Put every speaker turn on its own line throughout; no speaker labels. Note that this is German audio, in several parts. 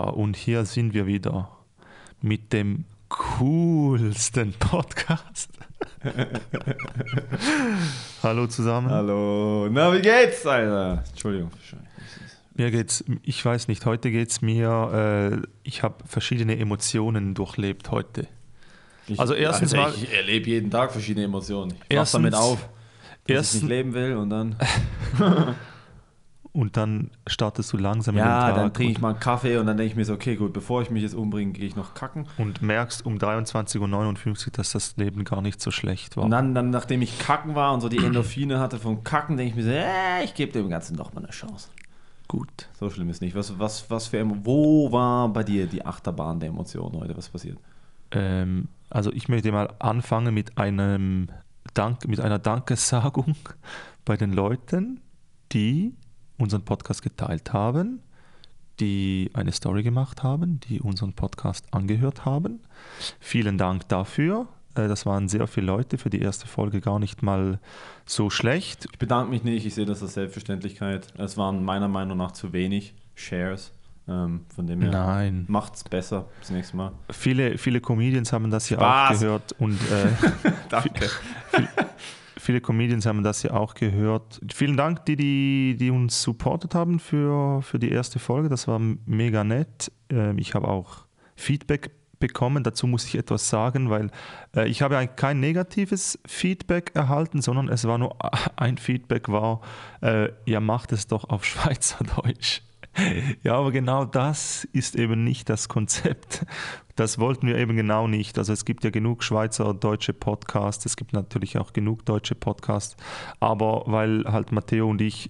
und hier sind wir wieder mit dem coolsten Podcast. Hallo zusammen.
Hallo. Na, wie geht's, Alter? Entschuldigung.
Mir geht's, ich weiß nicht, heute geht's mir, ich habe verschiedene Emotionen durchlebt heute. Ich
erlebe jeden Tag verschiedene Emotionen. Ich wach damit auf, dass ich nicht leben will und dann...
Und dann startest du langsam in den Tag.
Ja, dann trinke ich mal einen Kaffee und dann denke ich mir so, okay, gut, bevor ich mich jetzt umbringe, gehe ich noch kacken.
Und merkst um 23.59 Uhr, dass das Leben gar nicht so schlecht war.
Und dann nachdem ich kacken war und so die Endorphine hatte vom Kacken, denke ich mir so, ich gebe dem Ganzen doch mal eine Chance.
Gut.
So schlimm ist nicht. Wo war bei dir die Achterbahn der Emotionen heute? Was passiert?
Also ich möchte mal anfangen mit einer Dankessagung bei den Leuten, die unseren Podcast geteilt haben, die eine Story gemacht haben, die unseren Podcast angehört haben. Vielen Dank dafür. Das waren sehr viele Leute, für die erste Folge gar nicht mal so schlecht.
Ich bedanke mich nicht, ich sehe das als Selbstverständlichkeit. Es waren meiner Meinung nach zu wenig Shares. Von dem her macht's besser das nächste Mal.
Viele Comedians haben das ja auch gehört und
danke.
Viele Comedians haben das ja auch gehört. Vielen Dank, die uns supportet haben für die erste Folge. Das war mega nett. Ich habe auch Feedback bekommen. Dazu muss ich etwas sagen, weil ich habe eigentlich kein negatives Feedback erhalten, sondern es war nur ein Feedback ja, macht es doch auf Schweizerdeutsch. Ja, aber genau das ist eben nicht das Konzept. Das wollten wir eben genau nicht. Also es gibt ja genug schweizerdeutsche Podcasts, es gibt natürlich auch genug deutsche Podcasts, aber weil halt Matteo und ich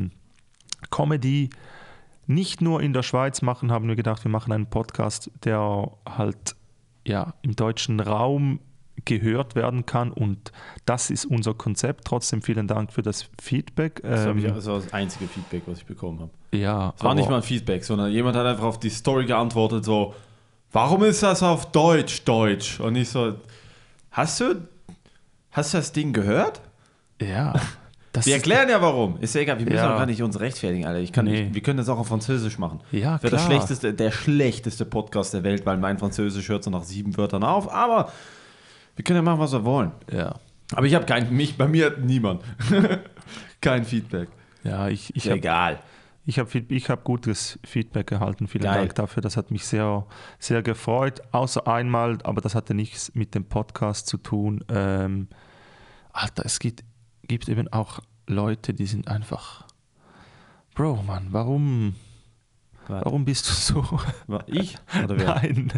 Comedy nicht nur in der Schweiz machen, haben wir gedacht, wir machen einen Podcast, der halt ja im deutschen Raum gehört werden kann und das ist unser Konzept. Trotzdem vielen Dank für das Feedback.
Das war das einzige Feedback, was ich bekommen habe.
Ja,
es war nicht mal ein Feedback, sondern jemand hat einfach auf die Story geantwortet so, warum ist das auf Deutsch? Und ich so, hast du das Ding gehört?
Ja.
Wir erklären ja warum. Ist ja egal, wir müssen auch gar nicht uns rechtfertigen, Alter. Wir können das auch auf Französisch machen.
Ja, klar.
Der schlechteste Podcast der Welt, weil mein Französisch hört so nach 7 Wörtern auf, aber wir können ja machen, was wir wollen.
Ja.
Aber ich habe bei mir hat niemand kein Feedback.
Ja,
egal.
Ich habe gutes Feedback erhalten. Vielen Dank dafür. Das hat mich sehr, sehr gefreut. Außer einmal, aber das hatte nichts mit dem Podcast zu tun. Alter, es gibt eben auch Leute, die sind einfach, Bro, Mann, warum bist du so?
War ich? Oder wer?
Nein,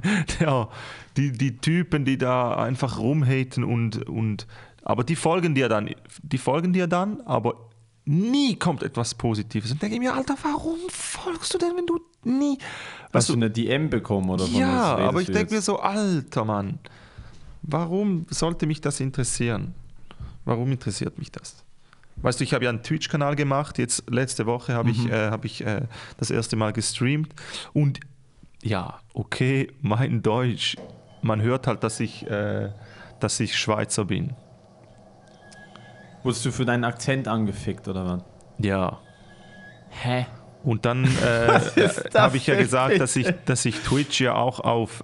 die Typen, die da einfach rumhaten aber die folgen dir dann, aber nie kommt etwas Positives. Und denke ich mir, Alter, warum folgst du denn, wenn du nie...
Hast du eine DM bekommen oder von
ja, aber ich denke mir so, Alter, Mann, warum sollte mich das interessieren? Warum interessiert mich das? Weißt du, ich habe ja einen Twitch-Kanal gemacht, jetzt letzte Woche habe ich das erste Mal gestreamt und ja, okay, mein Deutsch, man hört halt, dass ich Schweizer bin.
Wurdest du für deinen Akzent angefickt, oder was?
Ja.
Hä?
Und dann habe ich ja gesagt, dass ich Twitch ja auch auf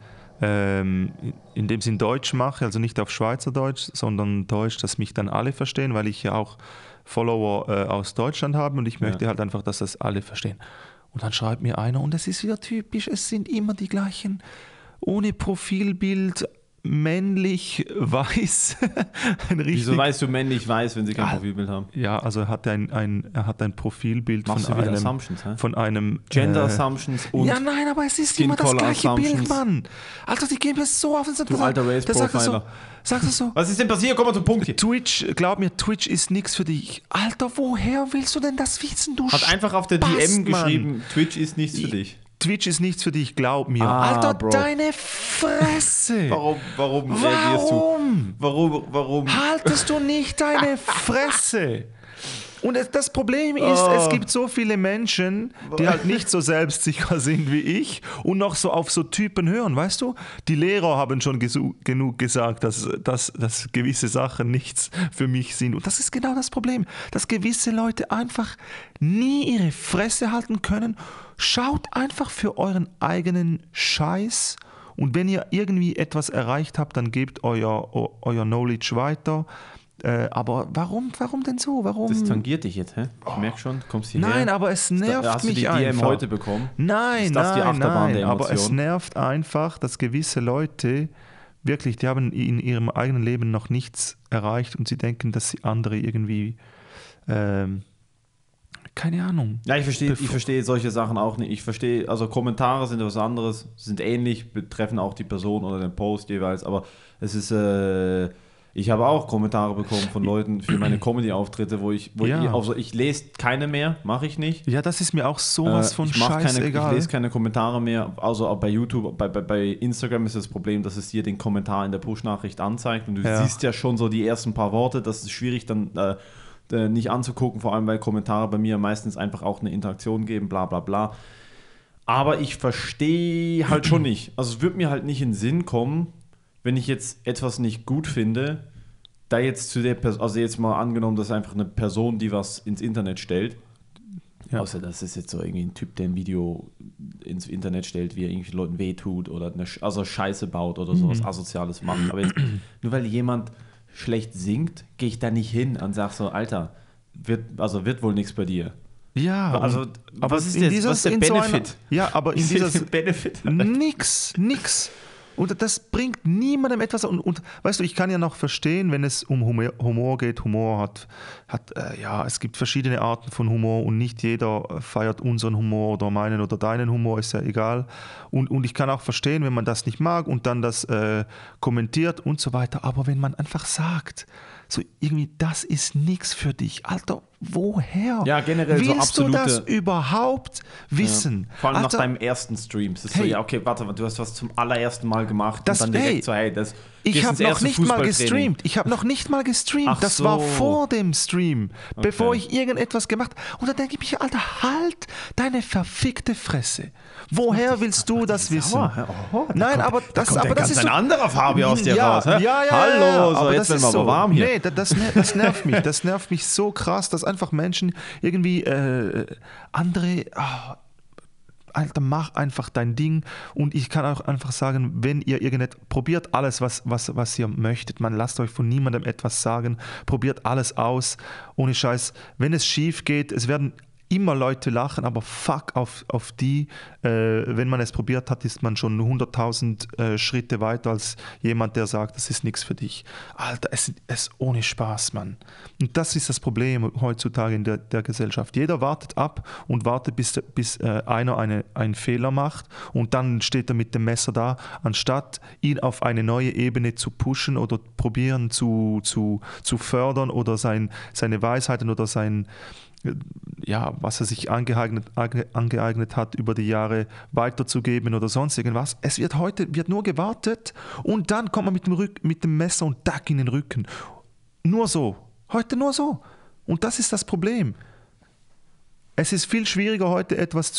in dem Sinn Deutsch mache, also nicht auf Schweizerdeutsch, sondern Deutsch, dass mich dann alle verstehen, weil ich ja auch Follower aus Deutschland habe und ich möchte halt einfach, dass das alle verstehen. Und dann schreibt mir einer, und es ist wieder typisch, es sind immer die gleichen, ohne Profilbild, männlich, weiß.
Wieso weißt du männlich, weiß, wenn sie kein Profilbild haben?
Ja, also er hat ein Profilbild von einem
Gender Assumptions und
ja, nein, aber es ist immer das gleiche Bild, Mann. Alter, die gehen mir so auf.
Du alter Race-Profiler.
Sag das so.
Was ist denn passiert? Komm mal zum Punkt hier.
Twitch, glaub mir, Twitch ist nichts für dich. Alter, woher willst du denn das wissen, du
Hat einfach auf der DM geschrieben, Twitch ist nichts für dich.
Twitch ist nichts für dich, glaub mir. Alter, Bro. Deine Fresse.
Warum reagierst du? Warum?
Haltest du nicht deine Fresse? Und das Problem ist, es gibt so viele Menschen, die halt nicht so selbstsicher sind wie ich und noch so auf so Typen hören, weißt du? Die Lehrer haben schon genug gesagt, dass gewisse Sachen nichts für mich sind. Und das ist genau das Problem, dass gewisse Leute einfach nie ihre Fresse halten können. Schaut einfach für euren eigenen Scheiß und wenn ihr irgendwie etwas erreicht habt, dann gebt euer Knowledge weiter. Aber warum denn so? Warum?
Das tangiert dich jetzt, hä? Ich merke schon, du kommst hierher.
Nein, aber es nervt mich einfach.
Hast du die DM heute bekommen?
Nein,
ist das die Achterbahn der Emotionen?
Aber es nervt einfach, dass gewisse Leute wirklich, die haben in ihrem eigenen Leben noch nichts erreicht und sie denken, dass sie andere irgendwie, keine Ahnung.
Ja, ich verstehe solche Sachen auch nicht. Ich verstehe, also Kommentare sind was anderes, sind ähnlich, betreffen auch die Person oder den Post jeweils, aber es ist, ich habe auch Kommentare bekommen von Leuten für meine Comedy-Auftritte, ich lese keine mehr, mache ich nicht.
Ja, das ist mir auch sowas von scheißegal.
Ich lese keine Kommentare mehr, also auch bei YouTube, bei Instagram ist das Problem, dass es dir den Kommentar in der Push-Nachricht anzeigt und du siehst ja schon so die ersten paar Worte, das ist schwierig dann nicht anzugucken, vor allem weil Kommentare bei mir meistens einfach auch eine Interaktion geben, bla bla bla. Aber ich verstehe halt schon nicht, also es wird mir halt nicht in den Sinn kommen, wenn ich jetzt etwas nicht gut finde, da jetzt zu der Person, also jetzt mal angenommen, das ist einfach eine Person, die was ins Internet stellt, außer das ist jetzt so irgendwie ein Typ, der ein Video ins Internet stellt, wie er irgendwie Leuten wehtut oder Scheiße baut oder sowas Asoziales macht. Aber jetzt, nur weil jemand schlecht singt, gehe ich da nicht hin und sage so, Alter, wird wohl nichts bei dir.
Ja,
also aber was ist der Benefit?
Aber in dieser
Benefit?
Nix. Und das bringt niemandem etwas. Und weißt du, ich kann ja noch verstehen, wenn es um Humor geht. Humor hat es gibt verschiedene Arten von Humor und nicht jeder feiert unseren Humor oder meinen oder deinen Humor, ist ja egal. Und ich kann auch verstehen, wenn man das nicht mag und dann das kommentiert und so weiter. Aber wenn man einfach sagt, so irgendwie, das ist nichts für dich. Alter, woher?
Ja, generell
willst
so absolute...
du das überhaupt wissen?
Ja. Vor allem
Alter,
nach deinem ersten Stream. Es ist so, ja, okay, warte, du hast was zum allerersten Mal gemacht und dann direkt so,
ich habe noch nicht mal gestreamt.
Ach
das
so.
war vor dem Stream, bevor ich irgendetwas gemacht habe. Und dann denke ich mir, Alter, halt deine verfickte Fresse. Woher willst du das wissen? Nein, aber das ist
ein anderer Fabi aus dir raus.
Ja,
Hallo, so,
aber
jetzt werden wir aber warm hier.
Nee, das nervt mich. Das nervt mich so krass, dass einfach Menschen irgendwie andere... Alter, mach einfach dein Ding und ich kann auch einfach sagen, wenn ihr probiert alles, was ihr möchtet, man lasst euch von niemandem etwas sagen, probiert alles aus, ohne Scheiß, wenn es schief geht, es werden immer Leute lachen, aber fuck auf die, wenn man es probiert hat, ist man schon 100.000 Schritte weiter als jemand, der sagt, das ist nichts für dich. Alter, es ist ohne Spaß, Mann. Und das ist das Problem heutzutage in der Gesellschaft. Jeder wartet ab und wartet, bis einer einen Fehler macht und dann steht er mit dem Messer da, anstatt ihn auf eine neue Ebene zu pushen oder probieren zu fördern oder seine Weisheiten oder was er sich angeeignet hat, über die Jahre weiterzugeben oder sonst irgendwas. Wird nur gewartet und dann kommt man mit dem Messer und tack in den Rücken. Nur so. Heute nur so. Und das ist das Problem. Es ist viel schwieriger, heute etwas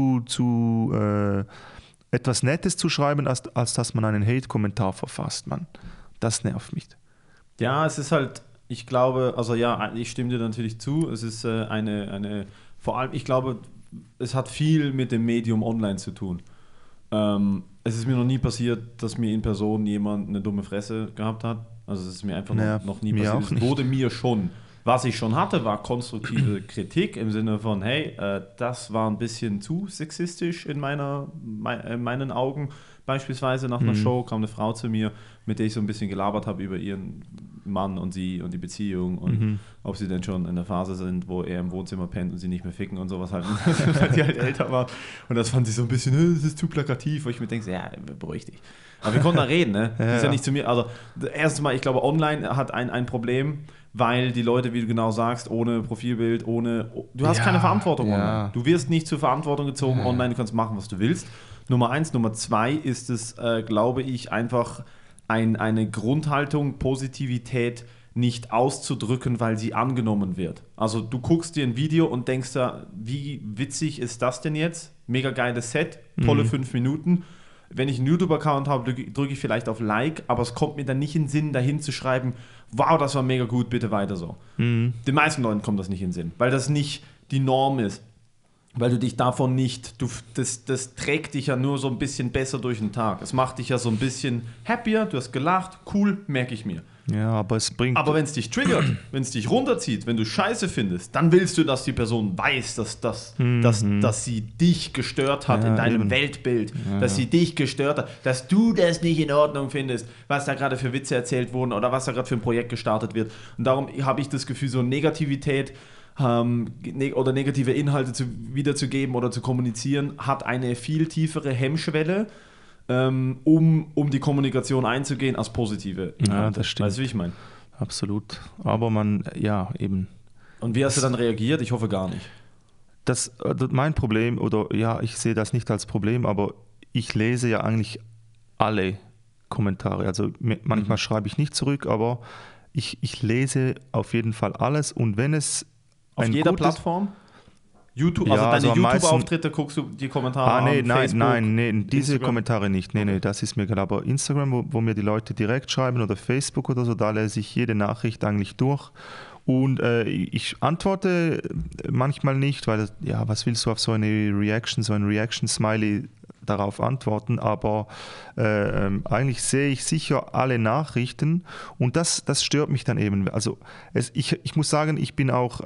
etwas Nettes zu schreiben, als dass man einen Hate-Kommentar verfasst, Mann. Das nervt mich.
Ja, es ist halt... Ich glaube, also ja, ich stimme dir natürlich zu. Es ist vor allem, ich glaube, es hat viel mit dem Medium online zu tun. Es ist mir noch nie passiert, dass mir in Person jemand eine dumme Fresse gehabt hat. Also es ist mir einfach noch nie passiert. Es wurde mir schon. Was ich schon hatte, war konstruktive Kritik im Sinne von, hey, das war ein bisschen zu sexistisch in meinen Augen. Beispielsweise nach einer Show kam eine Frau zu mir, mit der ich so ein bisschen gelabert habe über ihren Mann und sie und die Beziehung und ob sie denn schon in der Phase sind, wo er im Wohnzimmer pennt und sie nicht mehr ficken und sowas halt, weil die halt älter war. Und das fand sie so ein bisschen, das ist zu plakativ, wo ich mir denke, ja, beruhig dich. Aber wir konnten da reden, ne? Die ist ja nicht zu mir, also erstens mal, ich glaube, online hat ein Problem, weil die Leute, wie du genau sagst, ohne Profilbild, du hast keine Verantwortung online. Du wirst nicht zur Verantwortung gezogen online, du kannst machen, was du willst. Nummer 1. Nummer 2 ist es, glaube ich, einfach eine Grundhaltung, Positivität nicht auszudrücken, weil sie angenommen wird. Also du guckst dir ein Video und denkst da, wie witzig ist das denn jetzt? Mega geiles Set, tolle 5 Minuten. Wenn ich einen YouTube-Account habe, drücke ich vielleicht auf Like, aber es kommt mir dann nicht in den Sinn, dahin zu schreiben, wow, das war mega gut, bitte weiter so. Den meisten Leuten kommt das nicht in den Sinn, weil das nicht die Norm ist. Weil du dich davon nicht, das trägt dich ja nur so ein bisschen besser durch den Tag. Es macht dich ja so ein bisschen happier, du hast gelacht, cool, merke ich mir.
Ja, aber es bringt...
Aber wenn es dich triggert, wenn es dich runterzieht, wenn du Scheiße findest, dann willst du, dass die Person weiß, dass sie dich gestört hat in deinem Weltbild, dass sie dich gestört hat, dass du das nicht in Ordnung findest, was da gerade für Witze erzählt wurden oder was da gerade für ein Projekt gestartet wird. Und darum habe ich das Gefühl, so Negativität oder negative Inhalte wiederzugeben oder zu kommunizieren, hat eine viel tiefere Hemmschwelle, um die Kommunikation einzugehen, als positive Inhalte.
Ja, das stimmt.
Weißt du, wie ich meine?
Absolut. Aber eben.
Und wie hast du dann reagiert? Ich hoffe gar nicht.
Mein Problem, ich sehe das nicht als Problem, aber ich lese ja eigentlich alle Kommentare. Also manchmal schreibe ich nicht zurück, aber ich lese auf jeden Fall alles, und wenn es
auf jeder Plattform? YouTube, ja, also deine YouTube-Auftritte guckst du die Kommentare an?
Nein, diese Instagram? Kommentare nicht. Nee, das ist mir klar. Aber Instagram, wo mir die Leute direkt schreiben, oder Facebook oder so, da lese ich jede Nachricht eigentlich durch. Und ich antworte manchmal nicht, weil, was willst du auf so eine Reaction, so ein Reaction-Smiley darauf antworten, aber eigentlich sehe ich sicher alle Nachrichten, und das stört mich dann eben. Also ich muss sagen, ich bin auch,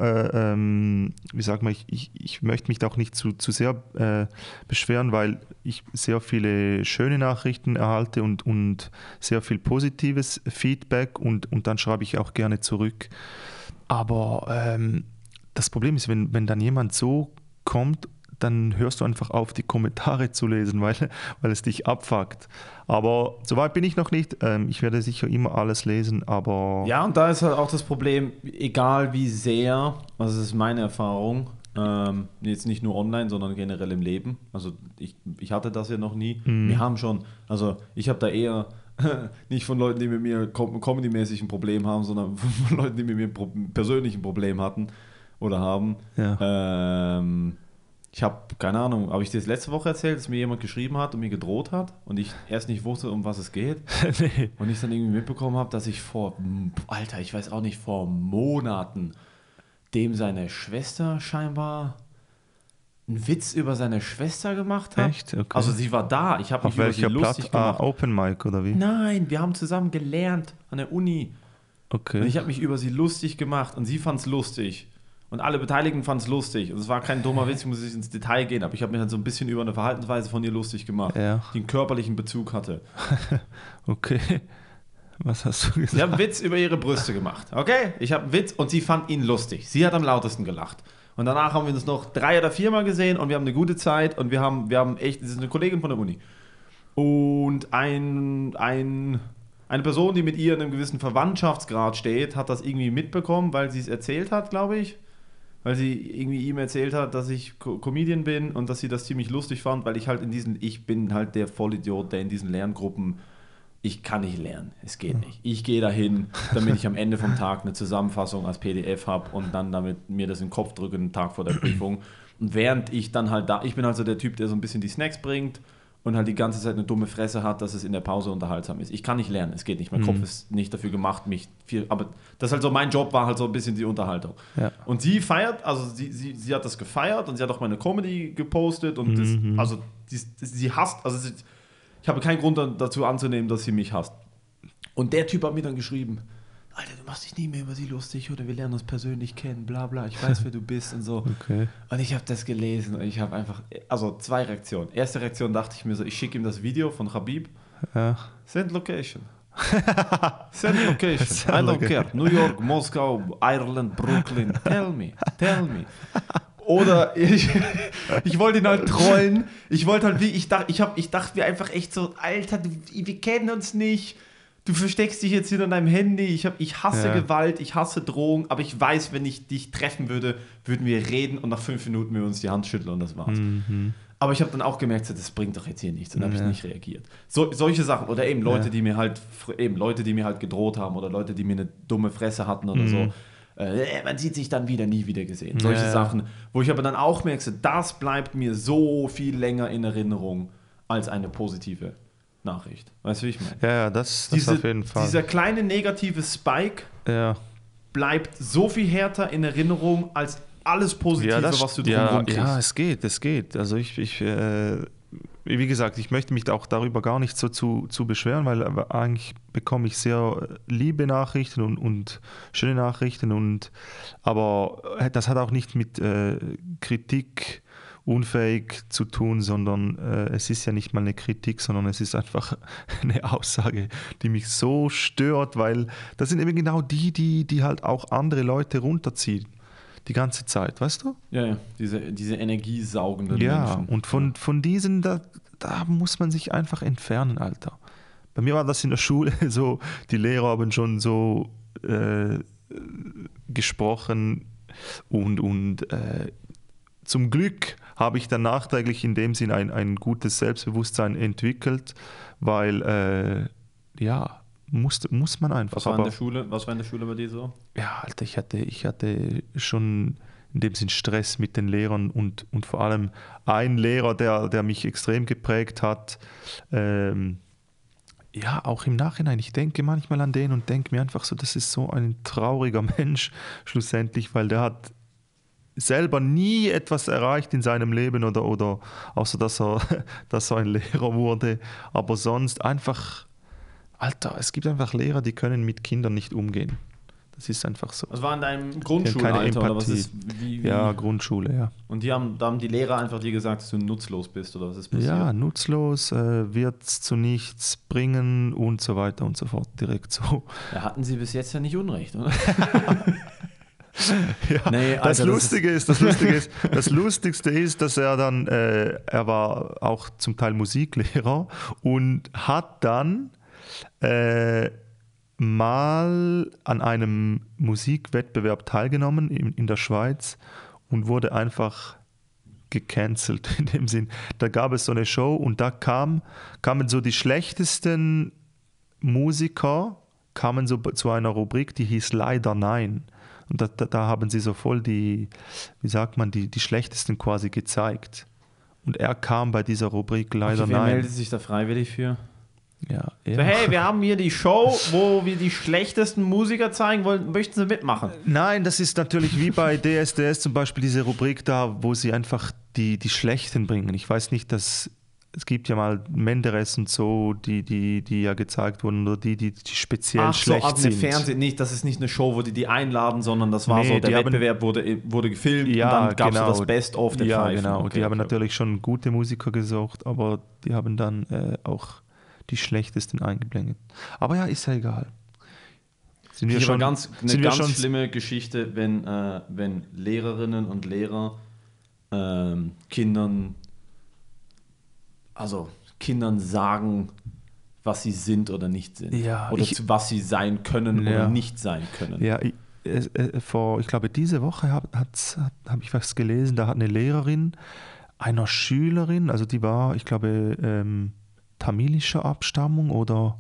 ich möchte mich auch nicht zu sehr beschweren, weil ich sehr viele schöne Nachrichten erhalte und sehr viel positives Feedback, und dann schreibe ich auch gerne zurück. Aber das Problem ist, wenn dann jemand so kommt, dann hörst du einfach auf, die Kommentare zu lesen, weil es dich abfuckt. Aber soweit bin ich noch nicht. Ich werde sicher immer alles lesen, aber...
Ja, und da ist halt auch das Problem, egal wie sehr, also das ist meine Erfahrung, jetzt nicht nur online, sondern generell im Leben. Also ich hatte das ja noch nie. Wir haben schon, also ich habe da eher nicht von Leuten, die mit mir comedy-mäßig ein Problem haben, sondern von Leuten, die mit mir persönlich ein Problem hatten oder haben.
Ja.
Ich habe, keine Ahnung, habe ich dir das letzte Woche erzählt, dass mir jemand geschrieben hat und mir gedroht hat und ich erst nicht wusste, um was es geht. Nee. Und ich dann irgendwie mitbekommen habe, dass ich vor Monaten dem seine Schwester scheinbar einen Witz über seine Schwester gemacht hat.
Echt? Okay.
Also sie war da, ich habe mich über sie lustig gemacht.
Open Mic oder wie?
Nein, wir haben zusammen gelernt an der Uni.
Okay.
Und ich habe mich über sie lustig gemacht und sie fand es lustig. Und alle Beteiligten fanden es lustig. Und es war kein dummer Witz, ich muss nicht ins Detail gehen, aber ich habe mich dann so ein bisschen über eine Verhaltensweise von ihr lustig gemacht, die einen körperlichen Bezug hatte.
Okay. Was hast du gesagt?
Ich habe einen Witz über ihre Brüste gemacht. Okay? Ich habe einen Witz und sie fand ihn lustig. Sie hat am lautesten gelacht. Und danach haben wir uns noch 3 oder 4 Mal gesehen und wir haben eine gute Zeit und wir haben echt, das ist eine Kollegin von der Uni. Und eine Person, die mit ihr in einem gewissen Verwandtschaftsgrad steht, hat das irgendwie mitbekommen, weil sie es erzählt hat, glaube ich. Weil sie irgendwie ihm erzählt hat, dass ich Comedian bin und dass sie das ziemlich lustig fand, weil ich bin halt der Vollidiot, der in diesen Lerngruppen, ich kann nicht lernen, es geht nicht. Ich gehe dahin, damit ich am Ende vom Tag eine Zusammenfassung als PDF habe und dann damit mir das in den Kopf drücke, einen Tag vor der Prüfung. Und während ich dann halt ich bin halt so der Typ, der so ein bisschen die Snacks bringt und halt die ganze Zeit eine dumme Fresse hat, dass es in der Pause unterhaltsam ist. Ich kann nicht lernen, es geht nicht. Mein Kopf ist nicht dafür gemacht, aber das ist halt so, mein Job war halt so ein bisschen die Unterhaltung. Ja. Und sie feiert, also sie hat das gefeiert und sie hat auch meine Comedy gepostet und sie hasst, also ich habe keinen Grund dazu anzunehmen, dass sie mich hasst. Und der Typ hat mir dann geschrieben, Alter, du machst dich nie mehr über sie lustig oder wir lernen uns persönlich kennen, bla bla, ich weiß, wer du bist und so.
Okay.
Und ich habe das gelesen und ich habe einfach, also 2 Reaktionen. Erste Reaktion dachte ich mir so, ich schicke ihm das Video von Khabib.
Ja.
Send location. Send location. I don't care. New York, Moskau, Ireland, Brooklyn. Tell me. Oder ich wollte ihn halt trollen. Ich dachte mir einfach echt so, Alter, wir kennen uns nicht. Du versteckst dich jetzt hinter deinem Handy. Ich hasse Gewalt, ich hasse Drohung, aber ich weiß, wenn ich dich treffen würde, würden wir reden und nach 5 Minuten wir uns die Hand schütteln und das war's. Aber ich habe dann auch gemerkt, das bringt doch jetzt hier nichts. Und dann habe ich nicht reagiert. Solche Sachen. Oder eben Leute, die mir halt gedroht haben oder Leute, die mir eine dumme Fresse hatten oder so. Man sieht sich dann nie wieder gesehen. Solche Sachen, wo ich aber dann auch merke, das bleibt mir so viel länger in Erinnerung als eine positive Nachricht. Weißt du, wie ich meine?
Ja, das auf jeden Fall.
Dieser kleine negative Spike bleibt so viel härter in Erinnerung als alles Positive, was du drumherum kriegst.
Ja, es geht. Also wie gesagt, ich möchte mich auch darüber gar nicht so zu beschweren, weil eigentlich bekomme ich sehr liebe Nachrichten und schöne Nachrichten. Aber das hat auch nicht mit Kritik unfähig zu tun, sondern es ist ja nicht mal eine Kritik, sondern es ist einfach eine Aussage, die mich so stört, weil das sind eben genau die halt auch andere Leute runterziehen. Die ganze Zeit, weißt du?
Ja, diese energiesaugenden Menschen.
Ja, und von diesen, da muss man sich einfach entfernen, Alter. Bei mir war das in der Schule so, die Lehrer haben schon so gesprochen und zum Glück habe ich dann nachträglich in dem Sinn ein gutes Selbstbewusstsein entwickelt, weil muss man einfach.
Was war in der Schule bei dir so?
Ja, Alter, ich hatte schon in dem Sinn Stress mit den Lehrern und vor allem ein Lehrer, der mich extrem geprägt hat. Auch im Nachhinein. Ich denke manchmal an den und denke mir einfach so, das ist so ein trauriger Mensch schlussendlich, weil der hat selber nie etwas erreicht in seinem Leben oder außer dass er ein Lehrer wurde, aber sonst einfach. Alter, es gibt einfach Lehrer, die können mit Kindern nicht umgehen. Das ist einfach so.
Das war in deinem Grundschulalter oder was ist? Wie?
Ja, Grundschule, ja.
Und da haben die Lehrer einfach dir gesagt, dass du nutzlos bist oder was ist passiert?
Ja, nutzlos, wird zu nichts bringen und so weiter und so fort, direkt so.
Da hatten sie bis jetzt ja nicht Unrecht, oder?
Ja, nee, Alter, das Lustigste ist, dass er dann, er war auch zum Teil Musiklehrer und hat dann mal an einem Musikwettbewerb teilgenommen in der Schweiz und wurde einfach gecancelt in dem Sinn. Da gab es so eine Show und da kamen so die schlechtesten Musiker, kamen so zu einer Rubrik, die hieß Leider Nein. Und da haben sie so voll die schlechtesten quasi gezeigt. Und er kam bei dieser Rubrik Leider Nein.
Wer meldet sich da freiwillig für?
Ja.
So, hey, wir haben hier die Show, wo wir die schlechtesten Musiker zeigen wollen. Möchten Sie mitmachen?
Nein, das ist natürlich wie bei DSDS zum Beispiel diese Rubrik da, wo sie einfach die Schlechten bringen. Ich weiß nicht, es gibt ja mal Menderes und so, die ja gezeigt wurden, oder die speziell schlecht sind.
Das ist nicht eine Show, wo die einladen, sondern das war so, der Wettbewerb wurde gefilmt und dann gab es so das Best-of der Pfeifen.
Ja, genau. Die haben natürlich schon gute Musiker gesucht, aber die haben dann auch die schlechtesten eingeblendet. Aber ja, ist ja egal.
Eine ganz schlimme Geschichte, wenn Lehrerinnen und Lehrer Kindern sagen, was sie sind oder nicht sind.
Ja,
oder was sie sein können oder nicht sein können.
Ja, ich glaube, diese Woche habe ich was gelesen, da hat eine Lehrerin einer Schülerin, also die war, ich glaube, tamilischer Abstammung oder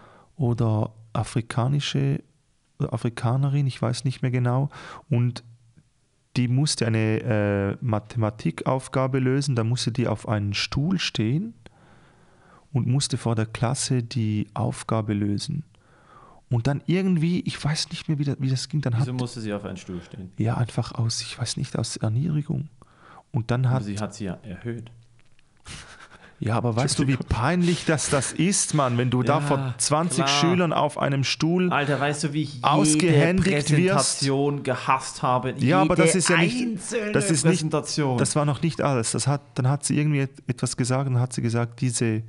Afrikanerin, ich weiß nicht mehr genau, und die musste eine Mathematikaufgabe lösen, da musste die auf einen Stuhl stehen und musste vor der Klasse die Aufgabe lösen. Und dann irgendwie, ich weiß nicht mehr, wie das ging.
Wieso musste sie auf einen Stuhl stehen?
Ja, einfach aus Erniedrigung. Und dann
aber sie hat sie ja erhöht.
Ja, aber weißt du, wie peinlich das ist, Mann, wenn du da vor 20 Schülern auf einem Stuhl
Alter, weißt du, wie ich
jede
Präsentation gehasst habe?
Ja, aber das ist ja nicht,
Präsentation.
Das war noch nicht alles. Dann hat sie irgendwie etwas gesagt und hat sie gesagt, diese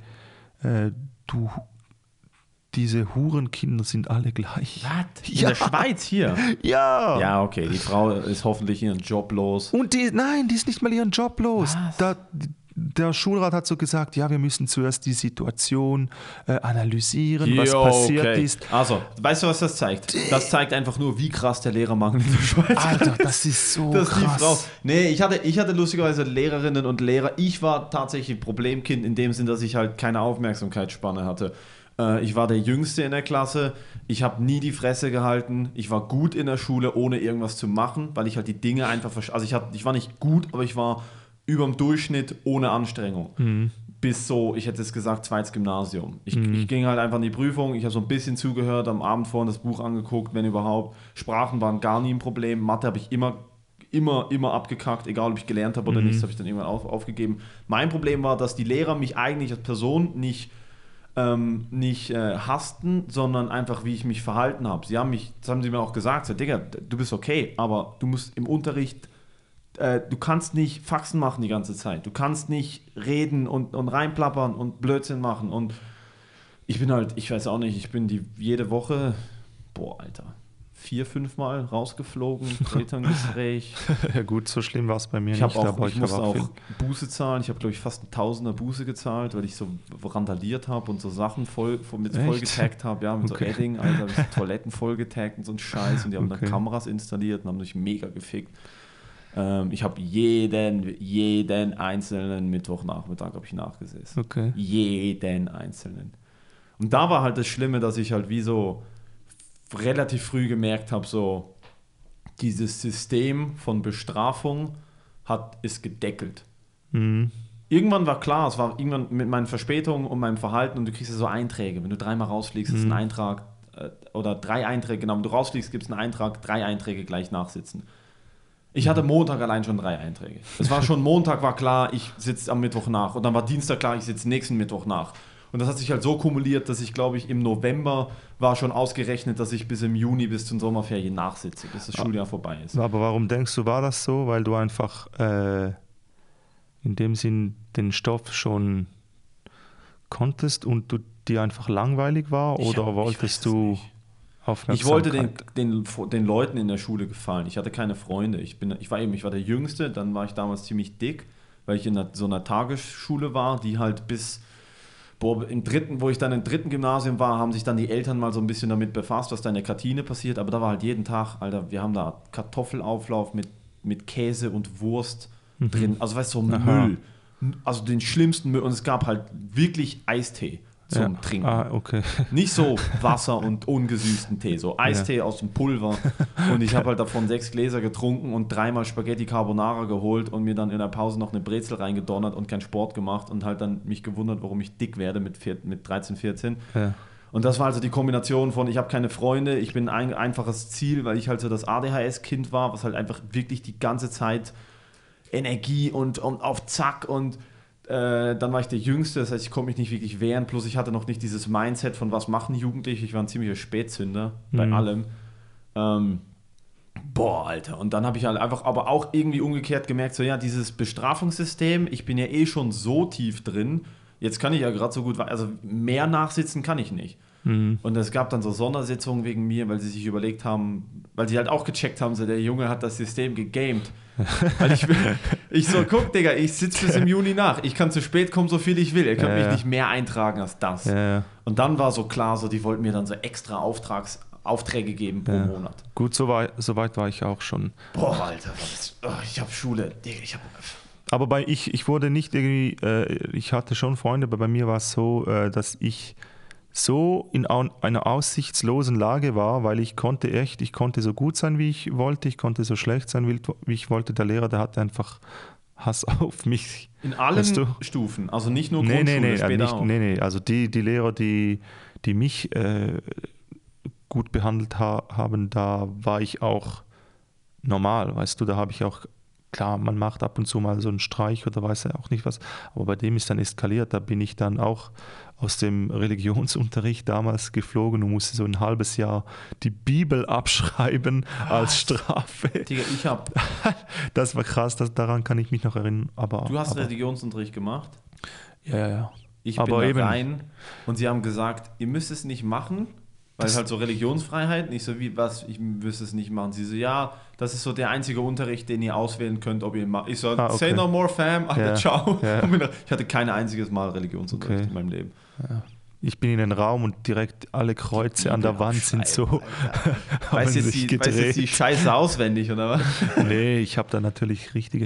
Hurenkinder sind alle gleich.
Was? In der Schweiz hier?
Ja.
Ja, okay, die Frau ist hoffentlich ihren Job los.
Und die ist nicht mal ihren Job los. der Schulrat hat so gesagt, ja, wir müssen zuerst die Situation analysieren, was passiert ist.
Also, weißt du, was das zeigt? Das zeigt einfach nur, wie krass der Lehrermangel in der Schweiz
Alter, das ist so krass.
Nee, ich hatte lustigerweise Lehrerinnen und Lehrer. Ich war tatsächlich ein Problemkind in dem Sinn, dass ich halt keine Aufmerksamkeitsspanne hatte. Ich war der Jüngste in der Klasse. Ich habe nie die Fresse gehalten. Ich war gut in der Schule, ohne irgendwas zu machen, weil ich halt die Dinge einfach also ich war nicht gut, aber ich war über dem Durchschnitt ohne Anstrengung. Bis so, ich hätte es gesagt, zweites Gymnasium. Ich ging halt einfach in die Prüfung, ich habe so ein bisschen zugehört, am Abend vorhin das Buch angeguckt, wenn überhaupt. Sprachen waren gar nie ein Problem. Mathe habe ich immer abgekackt, egal ob ich gelernt habe oder nicht, das habe ich dann irgendwann aufgegeben. Mein Problem war, dass die Lehrer mich eigentlich als Person nicht hassten, sondern einfach, wie ich mich verhalten habe. Das haben sie mir auch gesagt, so, Digga, du bist okay, aber du musst im Unterricht, du kannst nicht Faxen machen die ganze Zeit, du kannst nicht reden und reinplappern und Blödsinn machen und ich weiß auch nicht, ich bin jede Woche, Alter, 4-5 Mal rausgeflogen, Elterngespräch.
Ja gut, so schlimm war es bei mir
nicht. Ich musste auch
viel
Buße zahlen. Ich habe, glaube ich, fast 1000er Buße gezahlt, weil ich so randaliert habe und so Sachen voll getaggt habe. Ja, mit so Edding, Alter, habe ich so Toiletten voll getaggt und so ein Scheiß. Und die haben dann Kameras installiert und haben mich mega gefickt. Ich habe jeden einzelnen Mittwochnachmittag habe ich nachgesessen.
Okay.
Jeden einzelnen. Und da war halt das Schlimme, dass ich halt wie so relativ früh gemerkt habe, so dieses System von Bestrafung ist gedeckelt. Irgendwann war klar, es war irgendwann mit meinen Verspätungen und meinem Verhalten und du kriegst ja so Einträge. Wenn du 3-mal rausfliegst, ist ein Eintrag oder 3 Einträge, genau, wenn du rausfliegst, gibt es einen Eintrag, 3 Einträge gleich nachsitzen. Ich hatte Montag allein schon 3 Einträge. Es war schon Montag, war klar, ich sitze am Mittwoch nach und dann war Dienstag klar, ich sitze nächsten Mittwoch nach. Und das hat sich halt so kumuliert, dass ich, glaube ich, im November war schon ausgerechnet, dass ich bis im Juni, bis zum Sommerferien nachsitze, bis das Schuljahr vorbei ist.
Aber warum denkst du, war das so? Weil du einfach in dem Sinn den Stoff schon konntest und du dir einfach langweilig war? Oder wolltest du Aufmerksamkeit?
Ich wollte den Leuten in der Schule gefallen. Ich hatte keine Freunde. Ich war der Jüngste, dann war ich damals ziemlich dick, weil ich in so einer Tagesschule war, die halt wo ich dann im 3. Gymnasium war, haben sich dann die Eltern mal so ein bisschen damit befasst, was da in der Kantine passiert. Aber da war halt jeden Tag, Alter, wir haben da Kartoffelauflauf mit Käse und Wurst drin. Also weißt du, so Müll. Also den schlimmsten Müll. Und es gab halt wirklich Eistee zum Trinken.
Okay.
Nicht so Wasser und ungesüßten Tee, so Eistee aus dem Pulver. Und ich habe halt davon 6 Gläser getrunken und 3-mal Spaghetti Carbonara geholt und mir dann in der Pause noch eine Brezel reingedonnert und keinen Sport gemacht und halt dann mich gewundert, warum ich dick werde mit 13, 14.
Ja.
Und das war also die Kombination von, ich habe keine Freunde, ich bin ein einfaches Ziel, weil ich halt so das ADHS-Kind war, was halt einfach wirklich die ganze Zeit Energie und auf Zack und dann war ich der Jüngste, das heißt, ich konnte mich nicht wirklich wehren, plus ich hatte noch nicht dieses Mindset von, was machen Jugendliche, ich war ein ziemlicher Spätzünder bei allem. Alter, und dann habe ich halt einfach aber auch irgendwie umgekehrt gemerkt, so ja, dieses Bestrafungssystem, ich bin ja eh schon so tief drin, jetzt kann ich ja gerade so gut, also mehr nachsitzen kann ich nicht. Und es gab dann so Sondersitzungen wegen mir, weil sie sich überlegt haben, weil sie halt auch gecheckt haben, so der Junge hat das System gegamed. Weil ich so, guck, Digga, ich sitze bis im Juni nach. Ich kann zu spät kommen, so viel ich will. Ihr könnt mich nicht mehr eintragen als das. Ja. Und dann war so klar, so die wollten mir dann so extra Aufträge geben pro Monat.
Gut, so weit war ich auch schon.
Alter, ich habe Schule. Digga,
aber ich wurde nicht irgendwie, ich hatte schon Freunde, aber bei mir war es so, dass ich so in einer aussichtslosen Lage war, weil ich konnte so gut sein, wie ich wollte, ich konnte so schlecht sein, wie ich wollte. Der Lehrer, der hatte einfach Hass auf mich.
In allen Stufen, also nicht nur Grundschule, später auch.
Nee, also die Lehrer, die mich gut behandelt haben, da war ich auch normal, weißt du, da habe ich auch, klar, man macht ab und zu mal so einen Streich oder weiß ja auch nicht was, aber bei dem ist dann eskaliert, da bin ich dann auch aus dem Religionsunterricht damals geflogen und musste so ein halbes Jahr die Bibel abschreiben als Strafe.
Digga,
das war krass, daran kann ich mich noch erinnern.
Du hast Religionsunterricht gemacht?
Ja.
Ich bin da rein und sie haben gesagt, ihr müsst es nicht machen, Weil halt so Religionsfreiheit, nicht so wie, was, ich wüsste es nicht machen. Sie so, ja, das ist so der einzige Unterricht, den ihr auswählen könnt, ob ihr macht. Ich so, say no more, fam, Alter, ciao. Ja. Ich hatte kein einziges Mal Religionsunterricht in meinem Leben.
Ja. Ich bin in den Raum und direkt alle Kreuze an der Wand sind so.
Weißt jetzt die Scheiße auswendig, oder was?
Nee, ich habe da natürlich richtig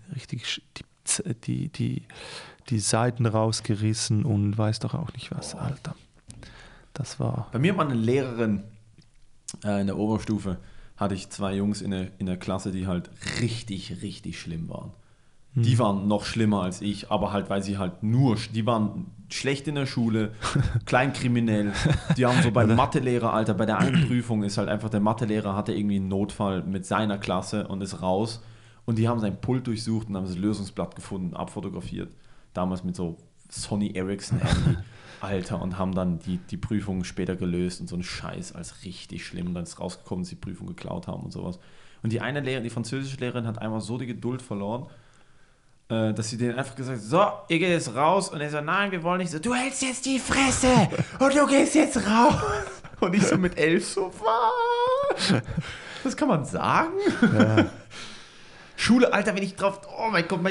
die Seiten rausgerissen und weiß doch auch nicht was, Alter. Das war...
Bei mir war eine Lehrerin in der Oberstufe, hatte ich 2 Jungs in der Klasse, die halt richtig, richtig schlimm waren. Die waren noch schlimmer als ich, aber halt, weil sie halt die waren schlecht in der Schule, kleinkriminell. Die haben so beim Mathelehrer, Alter, bei der einen Prüfung ist halt einfach, der Mathelehrer hatte irgendwie einen Notfall mit seiner Klasse und ist raus. Und die haben sein Pult durchsucht und haben das Lösungsblatt gefunden, abfotografiert. Damals mit so Sony Ericsson Handy, Alter, und haben dann die Prüfung später gelöst und so einen Scheiß als richtig schlimm. Und dann ist rausgekommen, dass sie die Prüfung geklaut haben und sowas. Und die eine Lehrerin, die französische Lehrerin, hat einmal so die Geduld verloren, dass sie denen einfach gesagt hat, so, ihr geht jetzt raus. Und er so, nein, wir wollen nicht. So, du hältst jetzt die Fresse und du gehst jetzt raus. Und ich so mit 11 so, was? Das kann man sagen? Ja. Schule, Alter, wenn ich drauf, oh mein Gott,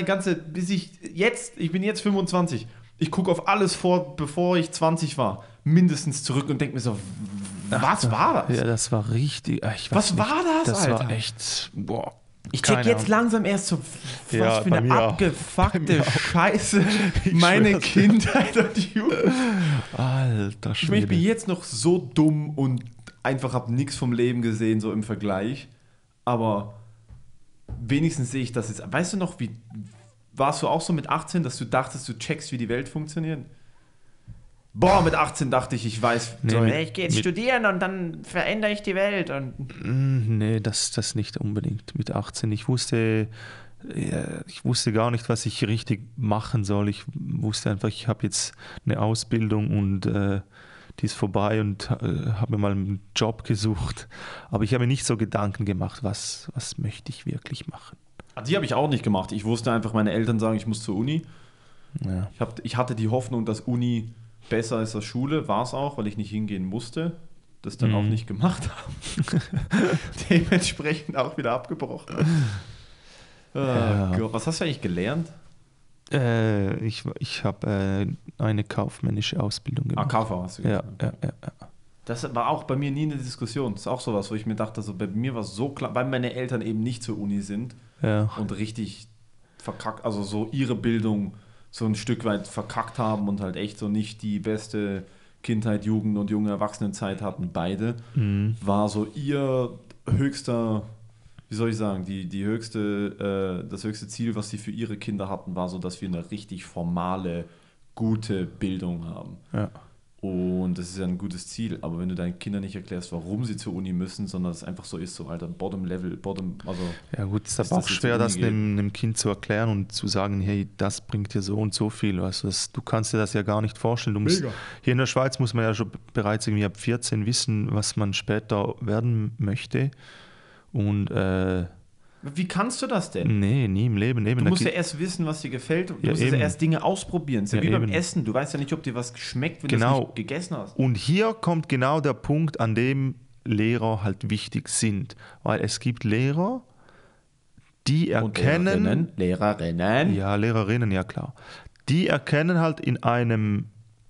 ich bin jetzt 25. Ich gucke auf alles vor, bevor ich 20 war, mindestens zurück und denke mir so, was war das?
Ja, das war richtig.
Was war das,
Alter?
Das
war echt, boah.
Ich check jetzt langsam erst so, was für eine abgefuckte Scheiße meine Kindheit und Jugend.
Alter Schwede.
Ich bin jetzt noch so dumm und einfach habe nichts vom Leben gesehen, so im Vergleich. Aber wenigstens sehe ich das jetzt. Weißt du noch, warst du auch so mit 18, dass du dachtest, du checkst, wie die Welt funktioniert? Boah, mit 18 dachte ich weiß, ich gehe jetzt studieren und dann verändere ich die Welt.
Nee, das nicht unbedingt. Mit 18, ich wusste gar nicht, was ich richtig machen soll. Ich wusste einfach, ich habe jetzt eine Ausbildung und die ist vorbei und habe mir mal einen Job gesucht. Aber ich habe mir nicht so Gedanken gemacht, was möchte ich wirklich machen.
Die habe ich auch nicht gemacht. Ich wusste einfach, meine Eltern sagen, ich muss zur Uni.
Ja.
Ich hatte die Hoffnung, dass Uni besser ist als Schule, war es auch, weil ich nicht hingehen musste. Das dann auch nicht gemacht habe. Dementsprechend auch wieder abgebrochen. Was hast du eigentlich gelernt?
Ich habe eine kaufmännische Ausbildung gemacht.
Kauffrau hast du gemacht.
Ja.
Das war auch bei mir nie eine Diskussion. Das ist auch sowas, wo ich mir dachte, so, bei mir war es so klar, weil meine Eltern eben nicht zur Uni sind und richtig verkackt, also so ihre Bildung so ein Stück weit verkackt haben und halt echt so nicht die beste Kindheit, Jugend und junge Erwachsenenzeit hatten, beide, war so ihr höchster, wie soll ich sagen, das höchste Ziel, was sie für ihre Kinder hatten, war so, dass wir eine richtig formale, gute Bildung haben.
Ja.
Und das ist ja ein gutes Ziel, aber wenn du deinen Kindern nicht erklärst, warum sie zur Uni müssen, sondern es einfach so ist, so Alter, also...
Ja gut, ist aber auch schwer, das einem Kind zu erklären und zu sagen, hey, das bringt dir so und so viel, weißt du, du kannst dir das ja gar nicht vorstellen. Hier in der Schweiz muss man ja schon bereits irgendwie ab 14 wissen, was man später werden möchte und...
Wie kannst du das denn?
Nee, nie im Leben.
Du musst ja erst wissen, was dir gefällt. Du musst ja erst Dinge ausprobieren. Es ist ja wie beim Essen. Du weißt ja nicht, ob dir was schmeckt, wenn du es nicht gegessen hast.
Und hier kommt genau der Punkt, an dem Lehrer halt wichtig sind. Weil es gibt Lehrer, die erkennen...
Lehrerinnen.
Ja, Lehrerinnen, ja klar. Die erkennen halt in einem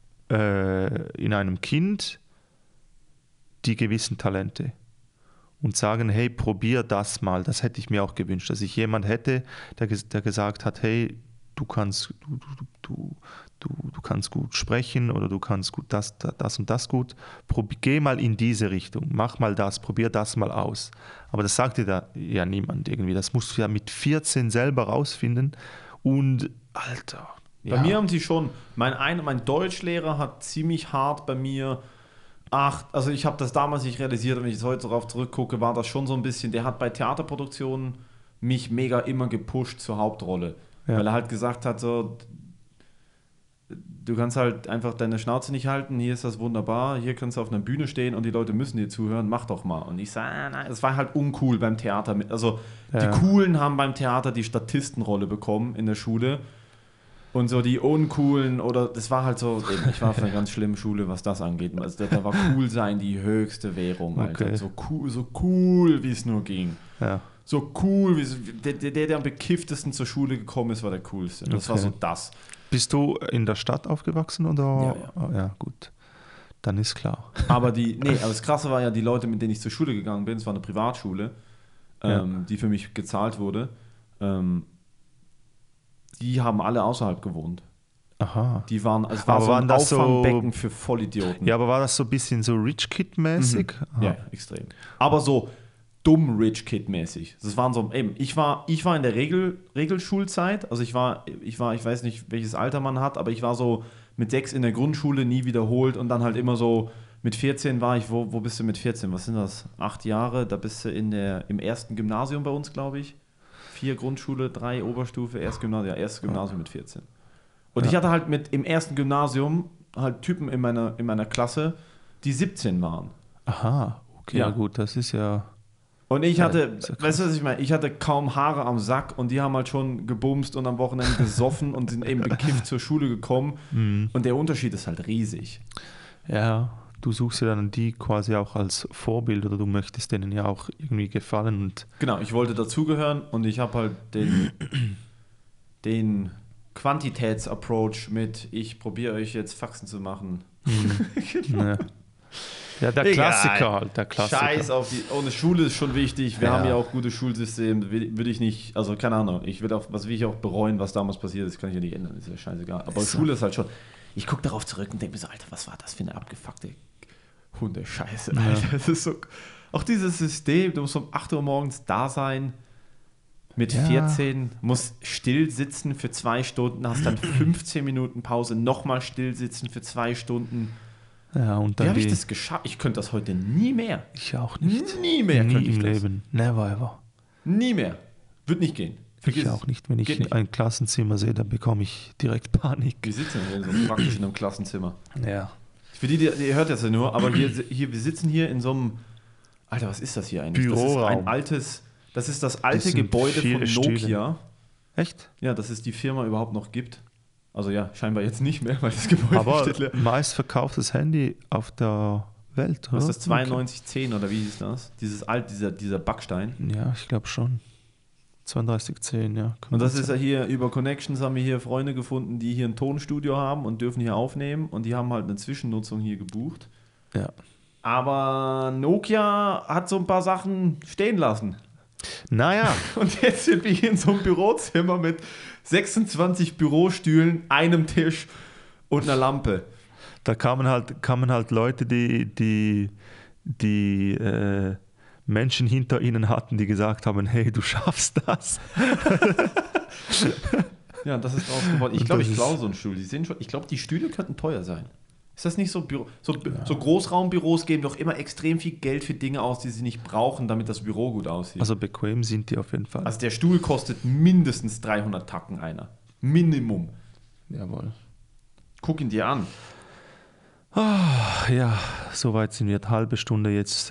Kind die gewissen Talente. Und sagen, hey, probier das mal. Das hätte ich mir auch gewünscht, dass ich jemand hätte, der gesagt hat, hey, du kannst gut sprechen oder du kannst gut das und das gut. Geh mal in diese Richtung, mach mal das, probier das mal aus. Aber das sagt dir da ja niemand irgendwie. Das musst du ja mit 14 selber rausfinden. Und, Alter.
Bei mir haben sie schon, mein Deutschlehrer hat ziemlich hart bei mir... also ich habe das damals nicht realisiert, wenn ich jetzt heute darauf zurückgucke, war das schon so ein bisschen, der hat bei Theaterproduktionen mich mega immer gepusht zur Hauptrolle, weil er halt gesagt hat, so, du kannst halt einfach deine Schnauze nicht halten, hier ist das wunderbar, hier kannst du auf einer Bühne stehen und die Leute müssen dir zuhören, mach doch mal. Und ich sage, nein, es war halt uncool beim Theater. Also die Coolen haben beim Theater die Statistenrolle bekommen in der Schule. Und so die uncoolen, oder das war halt so, eben, ich war auf einer ganz schlimmen Schule, was das angeht. Also da war cool sein die höchste Währung, Alter.
Okay.
So cool, wie es nur ging.
Ja.
So cool, der am bekifftesten zur Schule gekommen ist, war der coolste. Das war so das.
Bist du in der Stadt aufgewachsen oder?
Ja.
Oh, ja, gut. Dann ist klar.
Aber das Krasse war ja, die Leute, mit denen ich zur Schule gegangen bin, es war eine Privatschule, die für mich gezahlt wurde, die haben alle außerhalb gewohnt.
Aha.
Die waren, es war
Aber
so ein
waren das
Auffangbecken für Vollidioten.
Ja, aber war das so ein bisschen so Rich Kid-mäßig?
Ja, extrem. Aber so dumm Rich Kid-mäßig. Das waren so, eben, ich war in der Regelschulzeit, also ich weiß nicht, welches Alter man hat, aber ich war so mit 6 in der Grundschule, nie wiederholt und dann halt immer so, mit 14 war ich, wo bist du mit 14? Was sind das? 8 Jahre, da bist du im ersten Gymnasium bei uns, glaube ich. 4 Grundschule, 3 Oberstufe, erstes Gymnasium mit 14. Und ich hatte halt im ersten Gymnasium halt Typen in meiner Klasse, die 17 waren.
Aha, okay, ja gut, das ist ja...
Und ich hatte,
ja
weißt du, was ich meine? Ich hatte kaum Haare am Sack und die haben halt schon gebumst und am Wochenende gesoffen und sind eben bekifft zur Schule gekommen. Und der Unterschied ist halt riesig.
Ja, du suchst ja dann die quasi auch als Vorbild oder du möchtest denen ja auch irgendwie gefallen. Und
genau, ich wollte dazugehören und ich habe halt den Quantitätsapproach mit, ich probiere euch jetzt Faxen zu machen.
Genau. Ja, der Klassiker halt, der Klassiker.
Scheiß auf ohne Schule ist schon wichtig. Wir haben ja auch gutes Schulsystem. Würde ich nicht, also keine Ahnung, will ich auch bereuen, was damals passiert ist, kann ich ja nicht ändern, ist ja scheißegal. Aber Schule ist halt schon, ich gucke darauf zurück und denke mir so, Alter, was war das für eine abgefuckte Hundescheiße, Alter. Das ist so, auch dieses System, du musst um 8 Uhr morgens da sein, mit 14, musst still sitzen für 2 Stunden, hast dann 15 Minuten Pause, nochmal still sitzen für 2 Stunden.
Ja, und dann
wie habe ich das geschafft? Ich könnte das heute nie mehr.
Ich auch nicht.
Nie mehr
nie
könnte ich
im
das.
Leben. Never ever.
Nie mehr. Wird nicht gehen.
Ich auch nicht. Wenn ich ein Klassenzimmer sehe, dann bekomme ich direkt Panik.
Wir sitzen hier so praktisch in einem Klassenzimmer.
Ja.
Für die, ihr hört das ja nur, aber wir sitzen hier in so einem, Alter, was ist das hier eigentlich?
Büroraum.
Das ist das alte Gebäude von Nokia.
Stühle. Echt?
Ja, dass es die Firma überhaupt noch gibt. Also ja, scheinbar jetzt nicht mehr, weil das Gebäude
aber
steht leer.
meistverkauftes Handy auf der Welt, oder?
Was ist das, 9210 oder wie hieß das? Dieser Backstein.
Ja, ich glaube schon. 3210, ja.
Und das ist ja hier, über Connections haben wir hier Freunde gefunden, die hier ein Tonstudio haben und dürfen hier aufnehmen und die haben halt eine Zwischennutzung hier gebucht.
Ja.
Aber Nokia hat so ein paar Sachen stehen lassen.
Naja.
Und jetzt sind wir hier in so einem Bürozimmer mit 26 Bürostühlen, einem Tisch und einer Lampe.
Da kamen halt Leute, die Menschen hinter ihnen hatten, die gesagt haben, hey, du schaffst das.
Ja, das ist draus geworden. Ich glaube, ich klaue so einen Stuhl. Ich glaube, die Stühle könnten teuer sein. Ist das nicht so? So Großraumbüros geben doch immer extrem viel Geld für Dinge aus, die sie nicht brauchen, damit das Büro gut aussieht.
Also bequem sind die auf jeden Fall.
Also der Stuhl kostet mindestens 300 Tacken einer. Minimum.
Jawohl.
Guck ihn dir an.
Ja, soweit sind wir. Eine halbe Stunde jetzt.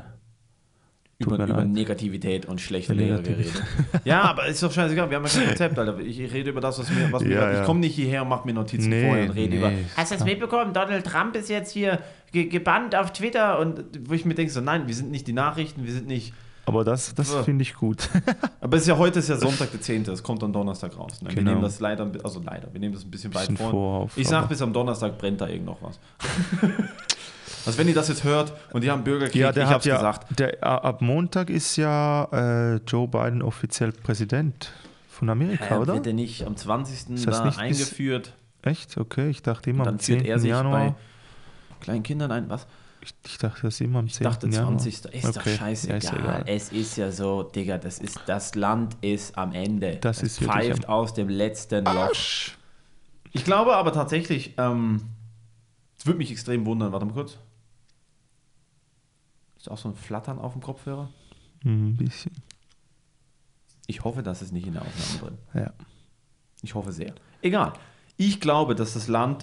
Über Negativität und schlechte Lehrer geredet. Ja, aber ist doch scheißegal, wir haben ja kein Konzept, Alter. Ich rede über das, was mir ich komme nicht hierher und mache mir Notizen vorher und rede über. Hast du das mitbekommen? Donald Trump ist jetzt hier gebannt auf Twitter und wo ich mir denke, so nein, wir sind nicht die Nachrichten, wir sind nicht.
Aber das finde ich gut.
Aber heute ist ja Sonntag der 10. Es kommt am Donnerstag raus. Ne? Genau. Wir nehmen das wir nehmen das ein bisschen weit vor. Ich sag, bis am Donnerstag brennt da irgend noch was. Also wenn ihr das jetzt hört und die haben Bürgerkrieg,
ja,
ich hab's gesagt.
Ab Montag ist ja Joe Biden offiziell Präsident von Amerika, oder?
Wird er nicht am 20. da eingeführt?
Echt? Okay, ich dachte immer am 10.
Dann führt er sich
Januar.
bei kleinen Kindern ein, was?
Ich dachte das immer am 10. Januar.
Ich dachte 20. Ist doch scheißegal.
Ja, ist egal.
Es ist ja so, Digga, das Land ist am Ende.
Das ist
pfeift aus dem letzten Loch. Ich glaube aber tatsächlich, es würde mich extrem wundern. Warte mal kurz. Ist auch so ein Flattern auf dem Kopfhörer?
Ein bisschen.
Ich hoffe, das ist nicht in der Aufnahme drin.
Ja.
Ich hoffe sehr. Egal. Ich glaube, dass das Land,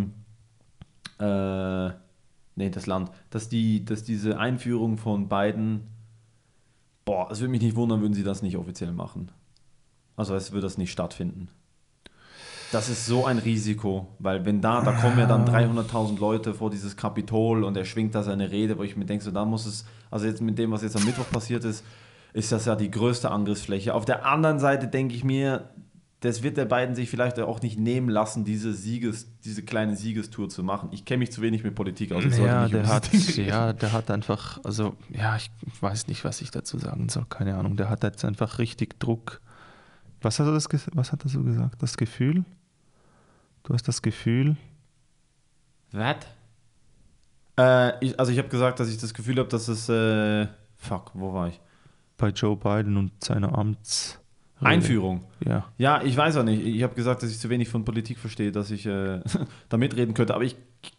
dass diese Einführung von Biden, es würde mich nicht wundern, würden sie das nicht offiziell machen. Also es würde das nicht stattfinden. Das ist so ein Risiko, weil wenn da kommen ja dann 300.000 Leute vor dieses Kapitol und er schwingt da seine Rede, wo ich mir denke, so da muss es, also jetzt mit dem, was jetzt am Mittwoch passiert ist, ist das ja die größte Angriffsfläche. Auf der anderen Seite denke ich mir, das wird der Biden sich vielleicht auch nicht nehmen lassen, diese kleine Siegestour zu machen. Ich kenne mich zu wenig mit Politik aus.
Der hat einfach, also ja, ich weiß nicht, was ich dazu sagen soll, keine Ahnung. Der hat jetzt einfach richtig Druck. Was hat er so gesagt? Das Gefühl? Du hast das Gefühl?
Was? Ich habe gesagt, dass ich das Gefühl habe, dass es, wo war ich?
Bei Joe Biden und seiner
Einführung.
Ja.
Ja, ich weiß auch nicht. Ich habe gesagt, dass ich zu wenig von Politik verstehe, dass ich da mitreden könnte. Aber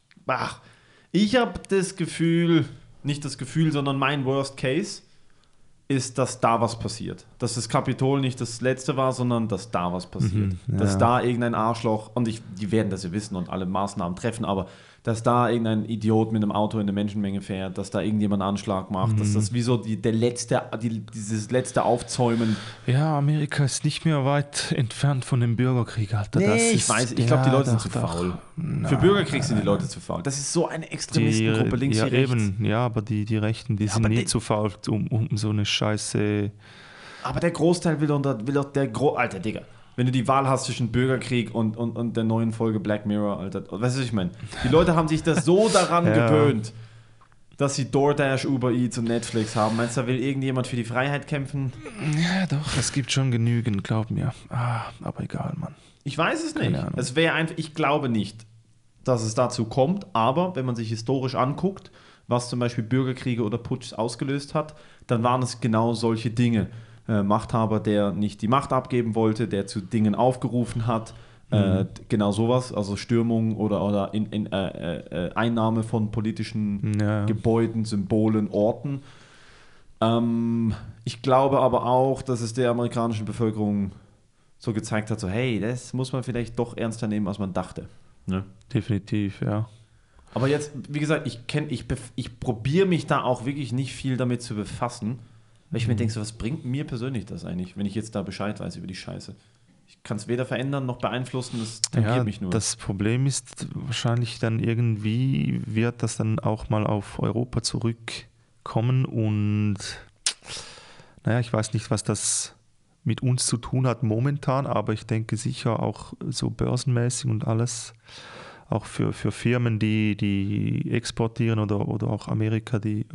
ich habe das Gefühl, nicht das Gefühl, sondern mein Worst Case ist, dass da was passiert. Dass das Kapitol nicht das letzte war, sondern dass da was passiert.
Ja.
Dass da irgendein Arschloch, und die werden das ja wissen und alle Maßnahmen treffen, aber dass da irgendein Idiot mit einem Auto in eine Menschenmenge fährt, dass da irgendjemand einen Anschlag macht, dass das wie so dieses letzte Aufzäumen.
Ja, Amerika ist nicht mehr weit entfernt von dem Bürgerkrieg, Alter.
Ich glaube, die Leute sind zu faul. Für Bürgerkrieg sind die Leute zu faul. Das ist so eine Extremistengruppe, links wie rechts.
Eben, ja, aber die Rechten, die sind nie zu faul, um so eine Scheiße.
Aber der Großteil will doch Alter, Digga. Wenn du die Wahl hast zwischen Bürgerkrieg und der neuen Folge Black Mirror, Alter. Weißt du, was ich meine? Die Leute haben sich das so daran gewöhnt, dass sie DoorDash, Uber Eats und Netflix haben. Meinst du, da will irgendjemand für die Freiheit kämpfen?
Ja, doch, es gibt schon genügend, glaub mir. Aber egal, Mann.
Ich weiß es nicht. Es wäre einfach, ich glaube nicht, dass es dazu kommt, aber wenn man sich historisch anguckt, was zum Beispiel Bürgerkriege oder Putschs ausgelöst hat, dann waren es genau solche Dinge. Machthaber, der nicht die Macht abgeben wollte, der zu Dingen aufgerufen hat, genau sowas, also Stürmung oder Einnahme von politischen Gebäuden, Symbolen, Orten. Ich glaube aber auch, dass es der amerikanischen Bevölkerung so gezeigt hat, so hey, das muss man vielleicht doch ernster nehmen, als man dachte. Ne?
Definitiv, ja.
Aber jetzt, wie gesagt, ich probiere mich da auch wirklich nicht viel damit zu befassen, weil ich mir denke, so, was bringt mir persönlich das eigentlich, wenn ich jetzt da Bescheid weiß über die Scheiße? Ich kann es weder verändern noch beeinflussen, das tangiert mich nur.
Das Problem ist wahrscheinlich dann irgendwie, wird das dann auch mal auf Europa zurückkommen und naja, ich weiß nicht, was das mit uns zu tun hat momentan, aber ich denke sicher auch so börsenmäßig und alles, auch für Firmen, die exportieren oder auch Amerika, die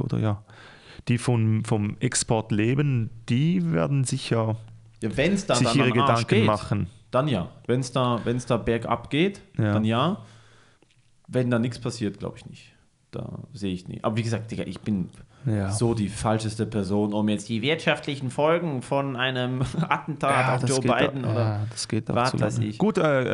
vom Export leben, die werden sicher
wenn's da
sich
dann
ihre Gedanken machen.
Dann ja. Wenn es da bergab geht, dann ja. Wenn da nichts passiert, glaube ich nicht. Da sehe ich nicht. Aber wie gesagt, Digga, ich bin so die falscheste Person, um jetzt die wirtschaftlichen Folgen von einem Attentat auf Joe Biden oder
das geht auch zu lange. Gut,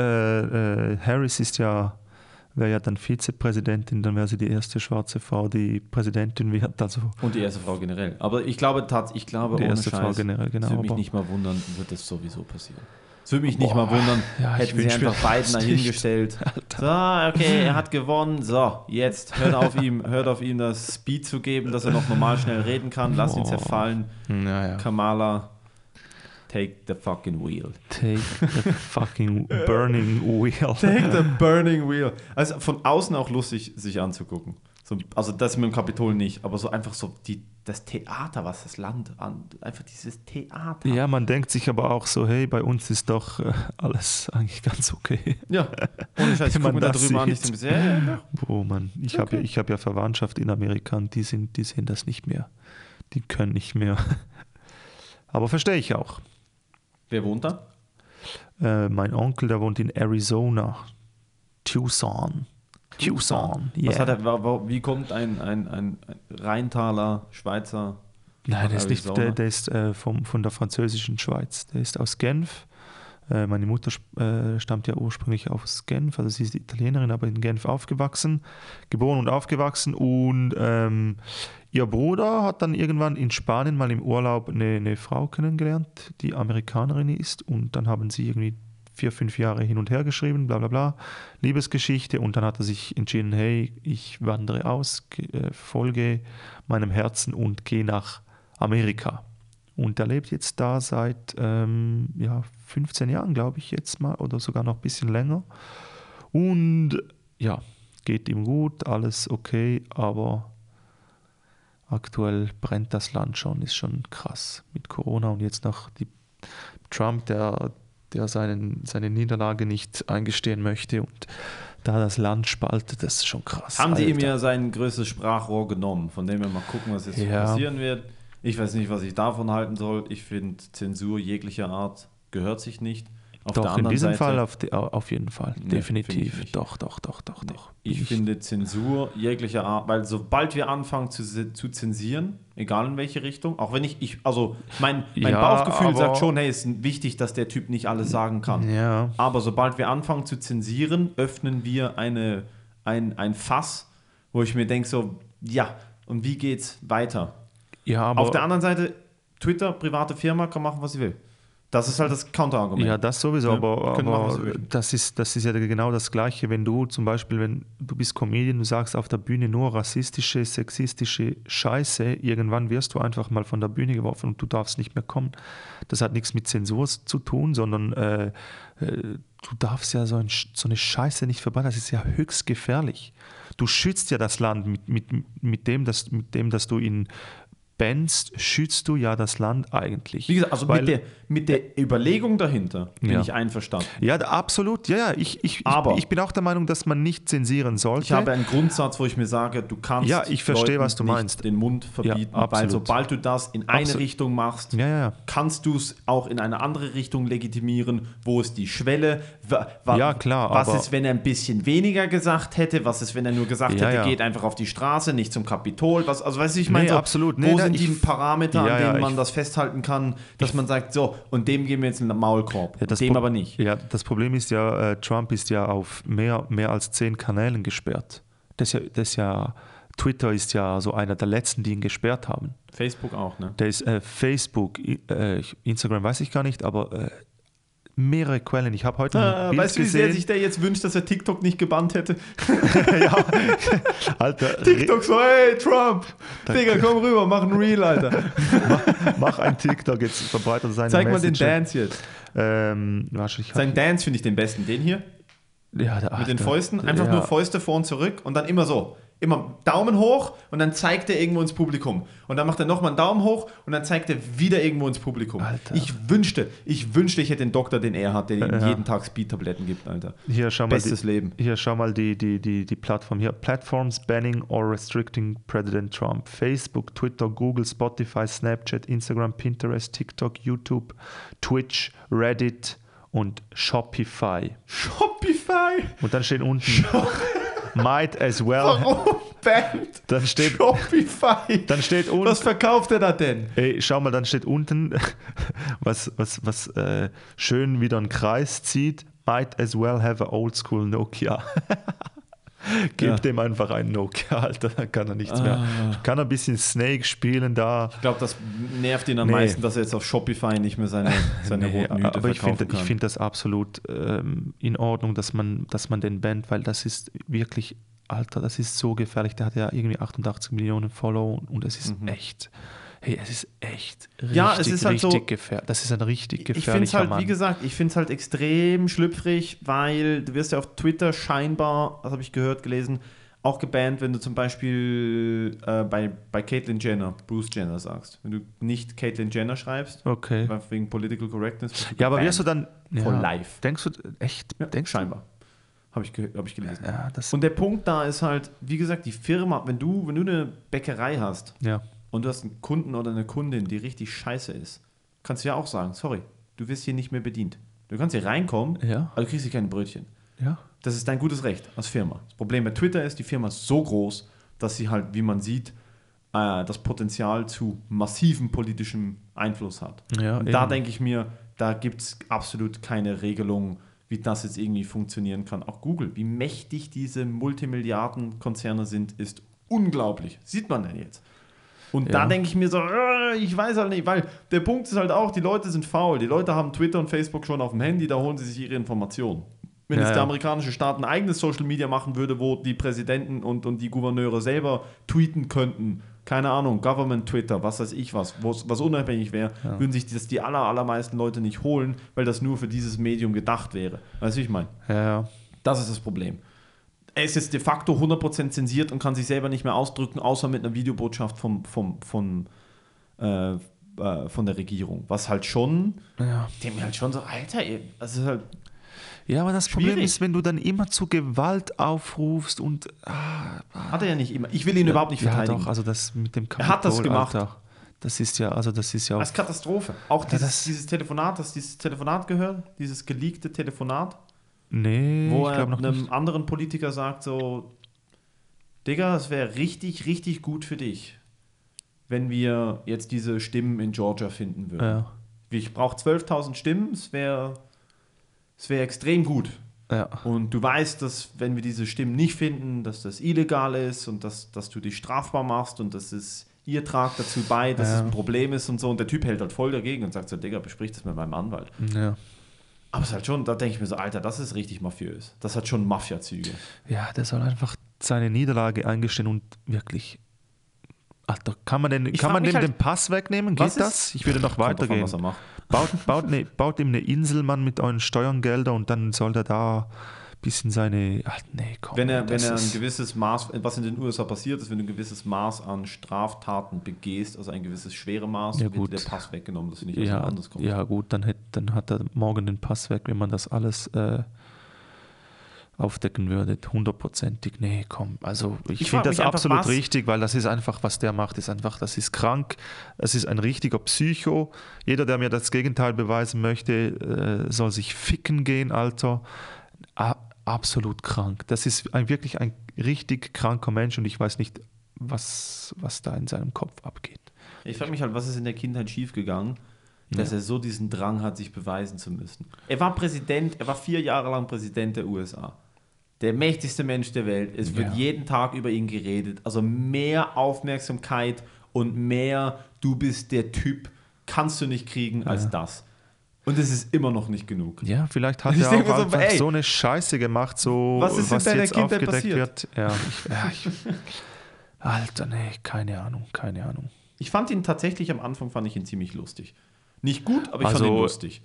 Harris wäre ja dann Vizepräsidentin, dann wäre sie die erste schwarze Frau, die Präsidentin wird. Also
und die erste Frau generell. Aber ich glaube
die erste Frau generell, genau.
Es würde mich nicht mal wundern, wird das sowieso passieren. Es würde mich nicht mal wundern, hätten sie einfach Biden dahingestellt. So, okay, er hat gewonnen. So, jetzt hört auf ihm das Speed zu geben, dass er noch normal schnell reden kann. Lass ihn zerfallen. Kamala, take the fucking wheel.
Take the fucking burning wheel.
Take the burning wheel. Also von außen auch lustig, sich anzugucken. So, also das mit dem Kapitol nicht, aber so einfach so das Theater, was das Land an, einfach dieses Theater.
Ja, man denkt sich aber auch so, hey, bei uns ist doch alles eigentlich ganz okay.
Ja, ohne Scheiß, ich gucke mir da drüben an,
ich habe ja Verwandtschaft in Amerika und die sehen das nicht mehr. Die können nicht mehr. Aber verstehe ich auch.
Wer wohnt da?
Mein Onkel, der wohnt in Arizona. Tucson. Yeah.
Was hat er, wie kommt ein Rheintaler Schweizer?
Nein, der ist von der französischen Schweiz. Der ist aus Genf. Meine Mutter stammt ja ursprünglich aus Genf, also sie ist Italienerin, aber in Genf geboren und aufgewachsen. Und ihr Bruder hat dann irgendwann in Spanien mal im Urlaub eine Frau kennengelernt, die Amerikanerin ist. Und dann haben sie irgendwie 4-5 Jahre hin und her geschrieben, bla bla bla, Liebesgeschichte. Und dann hat er sich entschieden, hey, ich wandere aus, folge meinem Herzen und gehe nach Amerika. Und der lebt jetzt da seit 15 Jahren, glaube ich jetzt mal, oder sogar noch ein bisschen länger. Und ja, geht ihm gut, alles okay, aber aktuell brennt das Land schon, ist schon krass mit Corona und jetzt noch Trump, der seine Niederlage nicht eingestehen möchte und da das Land spaltet, das ist schon krass.
Haben die ihm ja sein größtes Sprachrohr genommen, von dem wir mal gucken, was jetzt passieren wird. Ich weiß nicht, was ich davon halten soll. Ich finde, Zensur jeglicher Art gehört sich nicht.
Doch, in diesem Fall auf jeden Fall, definitiv. Doch.
Ich finde Zensur jeglicher Art, weil sobald wir anfangen zu zensieren, egal in welche Richtung, auch wenn mein Bauchgefühl sagt schon, hey, es ist wichtig, dass der Typ nicht alles sagen kann.
Ja.
Aber sobald wir anfangen zu zensieren, öffnen wir ein Fass, wo ich mir denke so, ja, und wie geht's weiter?
Ja, aber
auf der anderen Seite, Twitter, private Firma, kann machen, was sie will. Das ist halt das Counterargument.
Ja, das sowieso,
Ja,
aber
machen,
das ist ja genau das Gleiche, wenn du zum Beispiel, wenn du bist Comedian, du sagst auf der Bühne nur rassistische, sexistische Scheiße, irgendwann wirst du einfach mal von der Bühne geworfen und du darfst nicht mehr kommen. Das hat nichts mit Zensur zu tun, sondern du darfst ja so eine Scheiße nicht verbreiten, das ist ja höchst gefährlich. Du schützt ja das Land mit dem, dass du ihn bannst, schützt du ja das Land eigentlich.
Wie gesagt, also mit der Überlegung dahinter bin ich einverstanden.
Ja, absolut. Ja, ich bin auch der Meinung, dass man nicht zensieren sollte.
Ich habe einen Grundsatz, wo ich mir sage, du kannst
ich verstehe, was du meinst,
den Mund verbieten, weil sobald du das in eine Richtung machst, kannst du es auch in eine andere Richtung legitimieren. Wo ist die Schwelle?
Klar.
Was ist, wenn er ein bisschen weniger gesagt hätte? Was ist, wenn er nur gesagt hätte, geht einfach auf die Straße, nicht zum Kapitol? Weißt du, ich meine,
absolut.
Wo sind die Parameter, an denen man das festhalten kann, dass man sagt, so, und dem geben wir jetzt einen Maulkorb, dem aber nicht.
Ja, das Problem ist ja, Trump ist ja auf mehr als 10 Kanälen gesperrt. Twitter ist ja so einer der letzten, die ihn gesperrt haben.
Facebook auch, ne?
Der ist Facebook, Instagram weiß ich gar nicht, aber mehrere Quellen. Ich habe heute ein Bild
weißt du, wie sehr sich der jetzt wünscht, dass er TikTok nicht gebannt hätte?
Ja, Alter.
TikTok so, hey Trump, Digga, komm rüber, mach ein Reel, Alter.
mach ein TikTok, jetzt verbreitet seine
Zeig
Message.
mal den Dance jetzt. Sein Dance finde ich den besten. Den hier?
Ja,
mit den Fäusten. Einfach nur Fäuste vor und zurück und dann immer so. Immer Daumen hoch und dann zeigt er irgendwo ins Publikum. Und dann macht er nochmal einen Daumen hoch und dann zeigt er wieder irgendwo ins Publikum.
Alter.
Ich wünschte, ich hätte den Doktor, den er hat, der ihm jeden Tag Speed-Tabletten gibt, Alter.
Hier, schau mal
Leben.
Hier, schau mal die Plattform hier. Platforms banning or restricting President Trump. Facebook, Twitter, Google, Spotify, Snapchat, Instagram, Pinterest, TikTok, YouTube, Twitch, Reddit und Shopify. Und dann steht unten... Might as well.
Warum banned?
Dann steht
Shopify.
Dann steht unten.
Was verkauft er da denn?
Ey, schau mal, dann steht unten, was schön wieder einen Kreis zieht. Might as well have a old school Nokia. Gib dem einfach einen Nokia, Alter, dann kann er nichts mehr. Kann er ein bisschen Snake spielen da.
Ich glaube, das nervt ihn am meisten, dass er jetzt auf Shopify nicht mehr seine roten Hüte
aber
verkaufen kann.
Ich finde das absolut in Ordnung, dass man den bannt, weil das ist wirklich, Alter, das ist so gefährlich. Der hat ja irgendwie 88 Millionen Follower und es ist echt... Hey, es ist echt richtig gefährlich. Das ist ein richtig gefährlicher Mann.
Wie gesagt, ich finde es halt extrem schlüpfrig, weil du wirst ja auf Twitter scheinbar, das habe ich gehört, gelesen, auch gebannt, wenn du zum Beispiel bei Caitlyn Jenner, Bruce Jenner sagst. Wenn du nicht Caitlyn Jenner schreibst, wegen Political Correctness.
Ja, aber wirst du dann...
For life.
Denkst du, echt?
Ja, scheinbar. Habe ich gelesen.
Ja,
und der Punkt da ist halt, wie gesagt, die Firma, wenn du eine Bäckerei hast, und du hast einen Kunden oder eine Kundin, die richtig scheiße ist, kannst du ja auch sagen, sorry, du wirst hier nicht mehr bedient. Du kannst hier reinkommen, aber du kriegst hier keine Brötchen.
Ja.
Das ist dein gutes Recht als Firma. Das Problem bei Twitter ist, die Firma ist so groß, dass sie halt, wie man sieht, das Potenzial zu massivem politischem Einfluss hat.
Ja,
und da denke ich mir, da gibt es absolut keine Regelung, wie das jetzt irgendwie funktionieren kann. Auch Google, wie mächtig diese Multimilliardenkonzerne sind, ist unglaublich. Sieht man denn jetzt? Und da denke ich mir so, ich weiß halt nicht, weil der Punkt ist halt auch, die Leute sind faul. Die Leute haben Twitter und Facebook schon auf dem Handy, da holen sie sich ihre Informationen. Wenn jetzt der amerikanische Staat ein eigenes Social Media machen würde, wo die Präsidenten und die Gouverneure selber tweeten könnten, keine Ahnung, Government Twitter, was weiß ich was unabhängig wäre, würden sich das die allermeisten Leute nicht holen, weil das nur für dieses Medium gedacht wäre. Weißt du, wie ich meine?
Ja.
Das ist das Problem. Er ist jetzt de facto 100% zensiert und kann sich selber nicht mehr ausdrücken, außer mit einer Videobotschaft von der Regierung. Was halt schon, dem halt schon so, Alter, das ist halt.
Ja, aber das Problem
schwierig.
ist, wenn du dann immer zu Gewalt aufrufst und...
Hat er ja nicht immer. Ich will ihn überhaupt nicht verteidigen.
Ja, doch, also das mit dem Kapitol,
Er hat das gemacht.
Alter, das ist ja auch...
Als Katastrophe. Auch dieses Telefonat, hast du dieses Telefonat gehört? Dieses geleakte Telefonat?
Nee,
wo
ich
er
glaube noch
einem
nicht.
anderen Politiker sagt so, Digga, es wäre richtig, richtig gut für dich, wenn wir jetzt diese Stimmen in Georgia finden würden.
Ja.
Ich brauche 12.000 Stimmen, es wäre extrem gut.
Ja.
Und du weißt, dass wenn wir diese Stimmen nicht finden, dass das illegal ist und dass du dich strafbar machst und dass es ihr tragt dazu bei, dass es ein Problem ist und so. Und der Typ hält halt voll dagegen und sagt so, Digga, besprich das mit meinem Anwalt.
Ja.
Aber es ist halt schon, da denke ich mir so, Alter, das ist richtig mafiös. Das hat schon Mafia-Züge.
Ja, der soll einfach seine Niederlage eingestehen und wirklich... Alter, kann man dem
halt,
den Pass wegnehmen? Geht das? Ich würde noch weitergehen.
Was er macht.
Baut ihm eine Insel, Mann, mit euren Steuergeldern und dann soll der da ein bisschen seine... Ach, nee, komm.
Wenn er ein gewisses Maß, was in den USA passiert ist, wenn du ein gewisses Maß an Straftaten begehst, also ein gewisses schwere Maß,
Ja,
wird der Pass weggenommen, dass du nicht aus dem
ja,
Landes kommst.
ja gut, dann hat er morgen den Pass weg, wenn man das alles aufdecken würde, 100%ig. Nee, komm, also ich finde das absolut richtig, weil das ist einfach, was der macht, das ist krank, es ist ein richtiger Psycho. Jeder, der mir das Gegenteil beweisen möchte, soll sich ficken gehen, Alter. Absolut krank. Das ist wirklich ein richtig kranker Mensch und ich weiß nicht, was da in seinem Kopf abgeht.
Ich frage mich halt, was ist in der Kindheit schiefgegangen, dass er so diesen Drang hat, sich beweisen zu müssen. Er war 4 Jahre lang Präsident der USA. Der mächtigste Mensch der Welt. Es wird jeden Tag über ihn geredet. Also mehr Aufmerksamkeit und mehr, du bist der Typ, kannst du nicht kriegen als das. Und es ist immer noch nicht genug.
Ja, vielleicht hat er auch einfach so eine Scheiße gemacht, so
was ist in deiner
jetzt
Kindheit
aufgedeckt wird. Alter, nee, keine Ahnung.
Ich fand ihn tatsächlich am Anfang ziemlich lustig. Nicht gut, aber ich fand ihn lustig.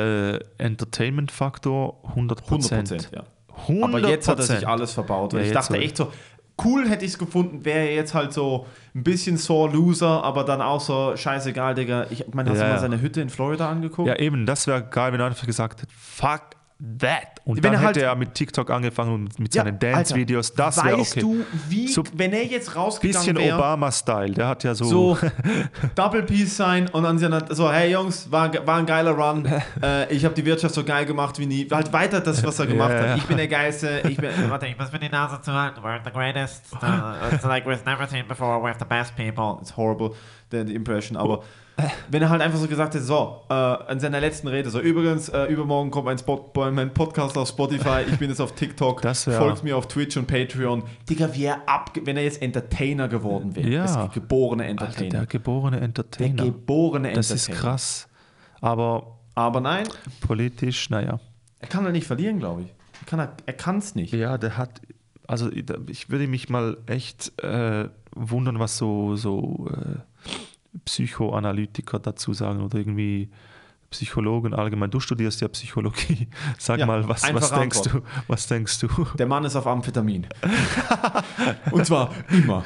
Entertainment-Faktor 100%.
Ja.
100%.
Aber jetzt hat er sich alles verbaut. Und ich dachte echt so, cool hätte ich es gefunden, wäre jetzt halt so ein bisschen sore Loser, aber dann auch so scheißegal, Digga. Ich meine, hast du mal seine Hütte in Florida angeguckt?
Ja, eben, das wäre geil, wenn er einfach gesagt hätte, fuck that. Und dann hätte er mit TikTok angefangen und mit seinen Dance-Videos. Das wäre okay.
Weißt du, wie, so wenn er jetzt rausgegangen wäre...
Bisschen Obama-Style, der hat ja
so Double Peace sein und dann so, hey Jungs, war ein geiler Run. Ich habe die Wirtschaft so geil gemacht wie nie. Halt weiter das, was er gemacht hat. Ich bin der Geilste. Ich muss mir die Nase zuhalten. We're the greatest. It's like we've never seen before. We're the best people. It's horrible, the impression. Aber wenn er halt einfach so gesagt hätte, so, in seiner letzten Rede, so, übrigens, übermorgen kommt mein Podcast auf Spotify, ich bin jetzt auf TikTok, folgt mir auf Twitch und Patreon. Digga, wenn er jetzt Entertainer geworden wäre.
Ja.
Das geborene Entertainer.
Alter, der geborene Entertainer. Das ist krass. Aber
nein.
Politisch, naja.
Er kann halt nicht verlieren, glaube ich. Er kann es nicht.
Ja, also ich würde mich mal echt wundern, was so Psychoanalytiker dazu sagen oder irgendwie Psychologen allgemein. Du studierst ja Psychologie. Sag mal, was denkst du?
Der Mann ist auf Amphetamin. Und zwar immer.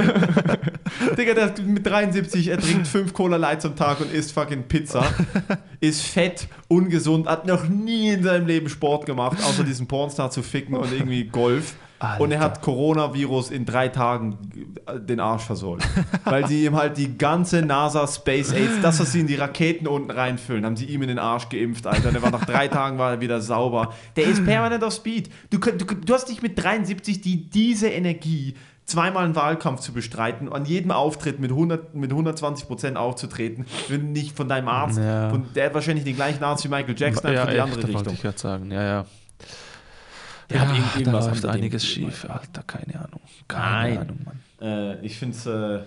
Digga, der ist mit 73, er trinkt 5 Cola Lights am Tag und isst fucking Pizza. Ist fett, ungesund, hat noch nie in seinem Leben Sport gemacht, außer diesen Pornstar zu ficken und irgendwie Golf. Alter. Und er hat Coronavirus in 3 Tagen den Arsch versohlt. Weil sie ihm halt die ganze NASA Space AIDS, das, was sie in die Raketen unten reinfüllen, haben sie ihm in den Arsch geimpft, Alter. Der war nach 3 Tagen war er wieder sauber. Der ist permanent auf Speed. Du hast dich mit 73 diese Energie, zweimal einen Wahlkampf zu bestreiten, an jedem Auftritt mit 120% aufzutreten, wenn nicht von deinem Arzt, der hat wahrscheinlich den gleichen Arzt wie Michael Jackson,
ja,
für die andere Richtung.
Wollte ich gerade sagen, ja.
Der hat irgendwas
da läuft einiges schief, Alter, keine Ahnung.
Keine Ahnung, Mann. Ich finde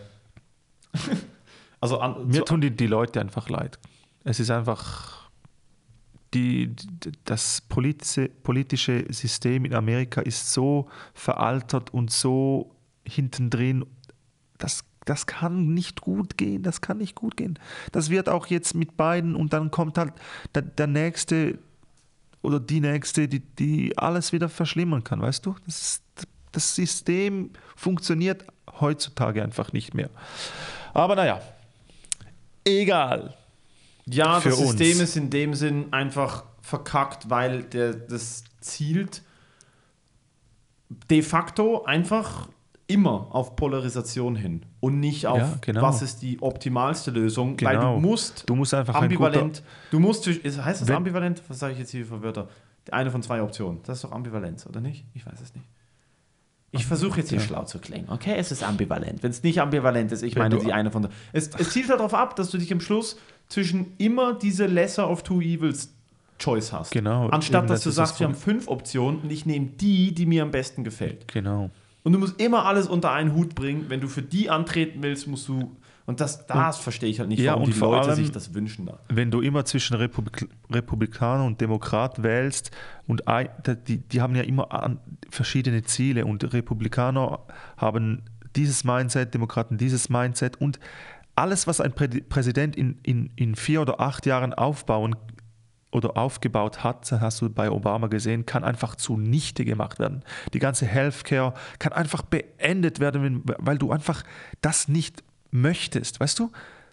es...
Mir tun die Leute einfach leid. Es ist einfach... das politische System in Amerika ist so veraltert und so hintendrin, das kann nicht gut gehen, das kann nicht gut gehen. Das wird auch jetzt mit Biden und dann kommt halt der Nächste oder die Nächste, die alles wieder verschlimmern kann, weißt du? Das System funktioniert heutzutage einfach nicht mehr. Aber naja, egal.
Ja,
Für
das System
uns.
ist in dem Sinn einfach verkackt, weil das zielt de facto einfach immer auf Polarisation hin und nicht auf,
Ja, genau.
was ist die optimalste Lösung, weil
Genau.
du musst
einfach
ambivalent, heißt das
Wenn-
ambivalent? Was sage ich jetzt hier für Wörter? Eine von zwei Optionen. Das ist doch Ambivalenz, oder nicht? Ich weiß es nicht. Ich versuche jetzt hier schlau zu klingen. Okay, es ist ambivalent. Wenn es nicht ambivalent ist, ich
Wenn
meine
du-
die eine von der. Es zielt darauf ab, dass du dich am Schluss zwischen immer diese Lesser of two evils Choice hast.
Genau,
Anstatt
eben,
dass
das
du
ist
sagst,
das
wir haben 5 Optionen und ich nehme die mir am besten gefällt.
Genau.
Und du musst immer alles unter einen Hut bringen. Wenn du für die antreten willst, musst du. Und das verstehe ich halt nicht,
Ja,
warum
und
die
vor
Leute
allem,
sich das wünschen da.
wenn du immer zwischen Republikaner und Demokrat wählst und die haben ja immer verschiedene Ziele und Republikaner haben dieses Mindset, Demokraten dieses Mindset und alles, was ein Präsident in 4 oder 8 Jahren aufbauen oder aufgebaut hat, hast du bei Obama gesehen, kann einfach zunichte gemacht werden. Die ganze Healthcare kann einfach beendet werden, weil du einfach das nicht möchtest, weißt du?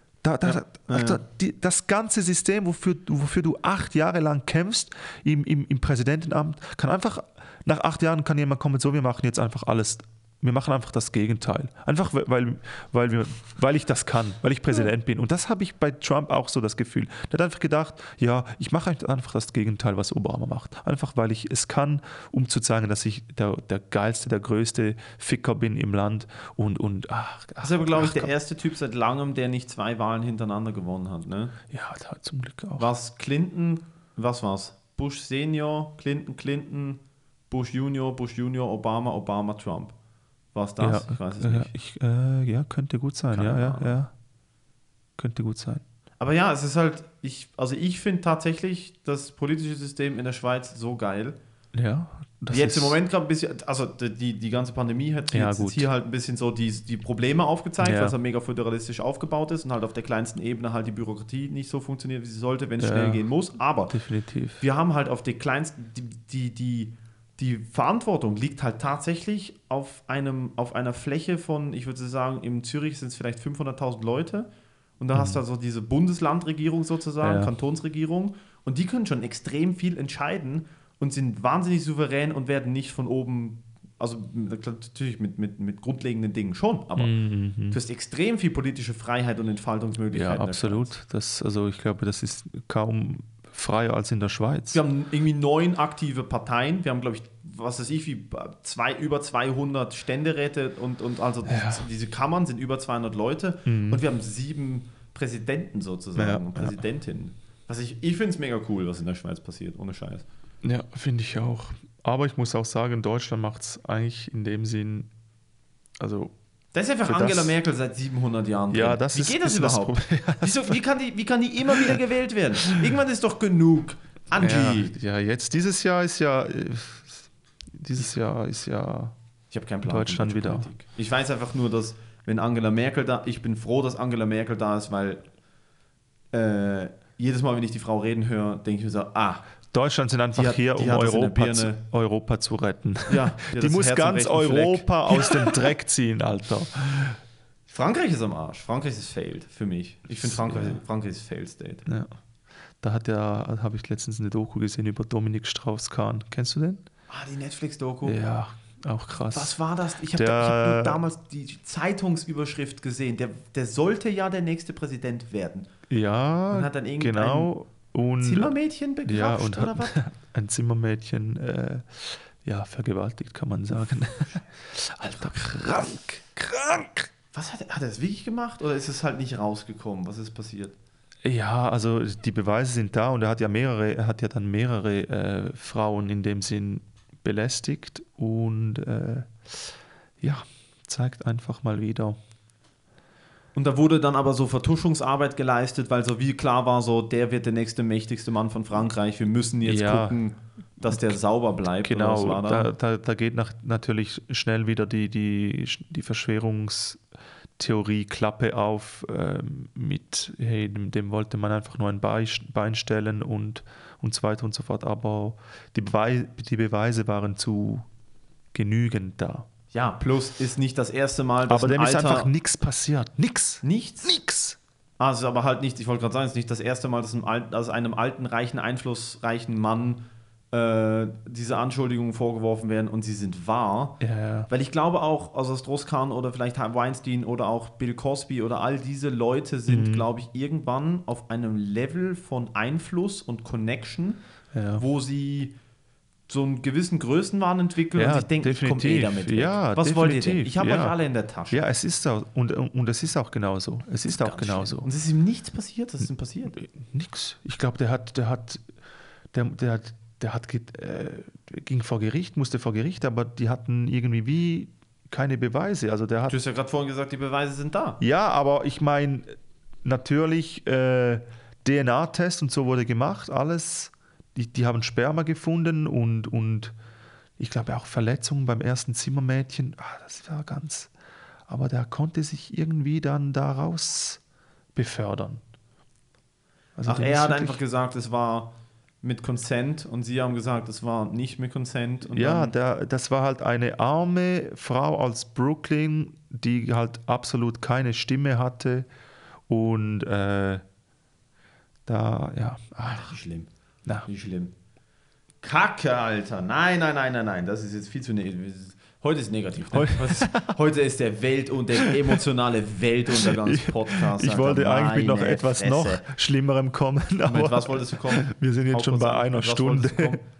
Das ganze System, wofür du 8 Jahre lang kämpfst im Präsidentenamt, kann einfach, nach 8 Jahren kann jemand kommen, so wir machen jetzt einfach alles. Wir machen einfach das Gegenteil. Einfach, weil ich das kann, weil ich Präsident bin. Und das habe ich bei Trump auch so das Gefühl. Der hat einfach gedacht, ja, ich mache einfach das Gegenteil, was Obama macht. Einfach, weil ich es kann, um zu zeigen, dass ich der geilste, der größte Ficker bin im Land.
Das ist aber, glaube ich, der erste Typ seit langem, der nicht 2 Wahlen hintereinander gewonnen hat. Ne?
Ja, zum Glück auch.
Was war's? Bush Senior, Clinton, Bush Junior, Obama, Trump. War's das?
Ja,
ich weiß es nicht.
Ja, könnte gut sein.
Keine Ahnung.
Ja. Könnte gut sein.
Aber ja, es ist halt, ich finde tatsächlich das politische System in der Schweiz so geil.
Ja.
Jetzt im Moment gerade ein bisschen, also die ganze Pandemie hat jetzt hier halt ein bisschen so die Probleme aufgezeigt, weil es halt mega föderalistisch aufgebaut ist und halt auf der kleinsten Ebene halt die Bürokratie nicht so funktioniert, wie sie sollte, wenn es schnell gehen muss. Aber
definitiv.
Wir haben halt auf der kleinsten, die Verantwortung liegt halt tatsächlich auf einer Fläche von, ich würde sagen, in Zürich sind es vielleicht 500.000 Leute. Und da hast du also diese Bundeslandregierung sozusagen, Kantonsregierung. Und die können schon extrem viel entscheiden und sind wahnsinnig souverän und werden nicht von oben, also natürlich mit grundlegenden Dingen schon, aber du hast extrem viel politische Freiheit und Entfaltungsmöglichkeiten.
Ja, absolut. Ich glaube, das ist kaum freier als in der Schweiz.
Wir haben irgendwie 9 aktive Parteien. Wir haben, glaube ich, was weiß ich, über 200 Ständeräte und also diese Kammern sind über 200 Leute und wir haben 7 Präsidenten sozusagen und Präsidentinnen. Ich finde es mega cool, was in der Schweiz passiert, ohne Scheiß.
Ja, finde ich auch. Aber ich muss auch sagen, Deutschland macht es eigentlich in dem Sinn, also
das ist einfach Angela Merkel seit 700 Jahren drin.
Ja,
wie geht das überhaupt? Wie kann die immer wieder gewählt werden? Irgendwann ist doch genug. Angie.
Ja, jetzt dieses Jahr ist ja
ich habe keinen Plan.
Deutschland wieder.
Politik. Ich weiß einfach nur, dass wenn Angela Merkel ich bin froh, dass Angela Merkel da ist, weil jedes Mal, wenn ich die Frau reden höre, denke ich mir so,
Deutschland sind einfach hier, um Europa zu retten.
Ja,
die muss ganz Europa aus dem Dreck ziehen, Alter.
Frankreich ist am Arsch. Frankreich ist failed für mich. Ich finde Frankreich ist failed state.
Ja. Da habe ich letztens eine Doku gesehen über Dominik Strauss-Kahn. Kennst du den?
Die Netflix-Doku.
Ja, auch krass.
Was war das? Ich habe nur damals die Zeitungsüberschrift gesehen. Der sollte ja der nächste Präsident werden.
Ja,
und hat dann
genau. Und
Zimmermädchen begrapscht oder was?
Ein Zimmermädchen vergewaltigt, kann man sagen. Alter, krank.
Was hat er das wirklich gemacht oder ist es halt nicht rausgekommen? Was ist passiert?
Ja, also die Beweise sind da und er hat ja dann mehrere Frauen in dem Sinn belästigt und zeigt einfach mal wieder.
Und da wurde dann aber so Vertuschungsarbeit geleistet, weil so wie klar war, so der wird der nächste mächtigste Mann von Frankreich. Wir müssen jetzt gucken, dass der sauber bleibt.
Genau,
oder was war da?
da geht natürlich schnell wieder die Verschwörungstheorie-Klappe auf mit, hey, dem wollte man einfach nur ein Bein stellen und so weiter und so fort. Aber die Beweise waren zu genügend da.
Ja, plus ist nicht das erste Mal, dass
aber dem ist einfach nichts passiert. Nichts.
Nichts? Also aber halt nicht, ich wollte gerade sagen, es ist nicht das erste Mal, dass einem alten, reichen, einflussreichen Mann diese Anschuldigungen vorgeworfen werden und sie sind wahr.
Ja.
Weil ich glaube auch, also Strauss-Kahn oder vielleicht Weinstein oder auch Bill Cosby oder all diese Leute sind, glaube ich, irgendwann auf einem Level von Einfluss und Connection, wo sie so einen gewissen Größenwahn entwickeln und sich denken, ich komme damit weg.
Ja,
was wollt ihr denn? Ich habe euch alle in der Tasche.
Ja, es ist auch, und es ist auch genauso. Es ist auch genauso.
Und es ist ihm nichts passiert? Was ist denn passiert?
Nix. Ich glaube, der ging vor Gericht, musste vor Gericht, aber die hatten irgendwie keine Beweise. Also
du hast ja gerade vorhin gesagt, die Beweise sind da.
Ja, aber ich meine, natürlich DNA-Test und so wurde gemacht, alles. Die haben Sperma gefunden und ich glaube auch Verletzungen beim ersten Zimmermädchen. Das war ganz... Aber der konnte sich irgendwie dann daraus befördern.
Also er hat einfach gesagt, es war mit Consent und sie haben gesagt, es war nicht mit Consent. Und
das war halt eine arme Frau aus Brooklyn, die halt absolut keine Stimme hatte und
Wie schlimm. Wie schlimm. Kacke, Alter. Nein. Das ist jetzt viel zu negativ. Heute ist negativ. Ne? Heute ist der emotionale Weltuntergangs-Podcast.
Ich wollte eigentlich mit noch etwas noch Schlimmerem kommen. Aber
mit was wolltest du kommen?
Wir sind jetzt schon bei einer Stunde.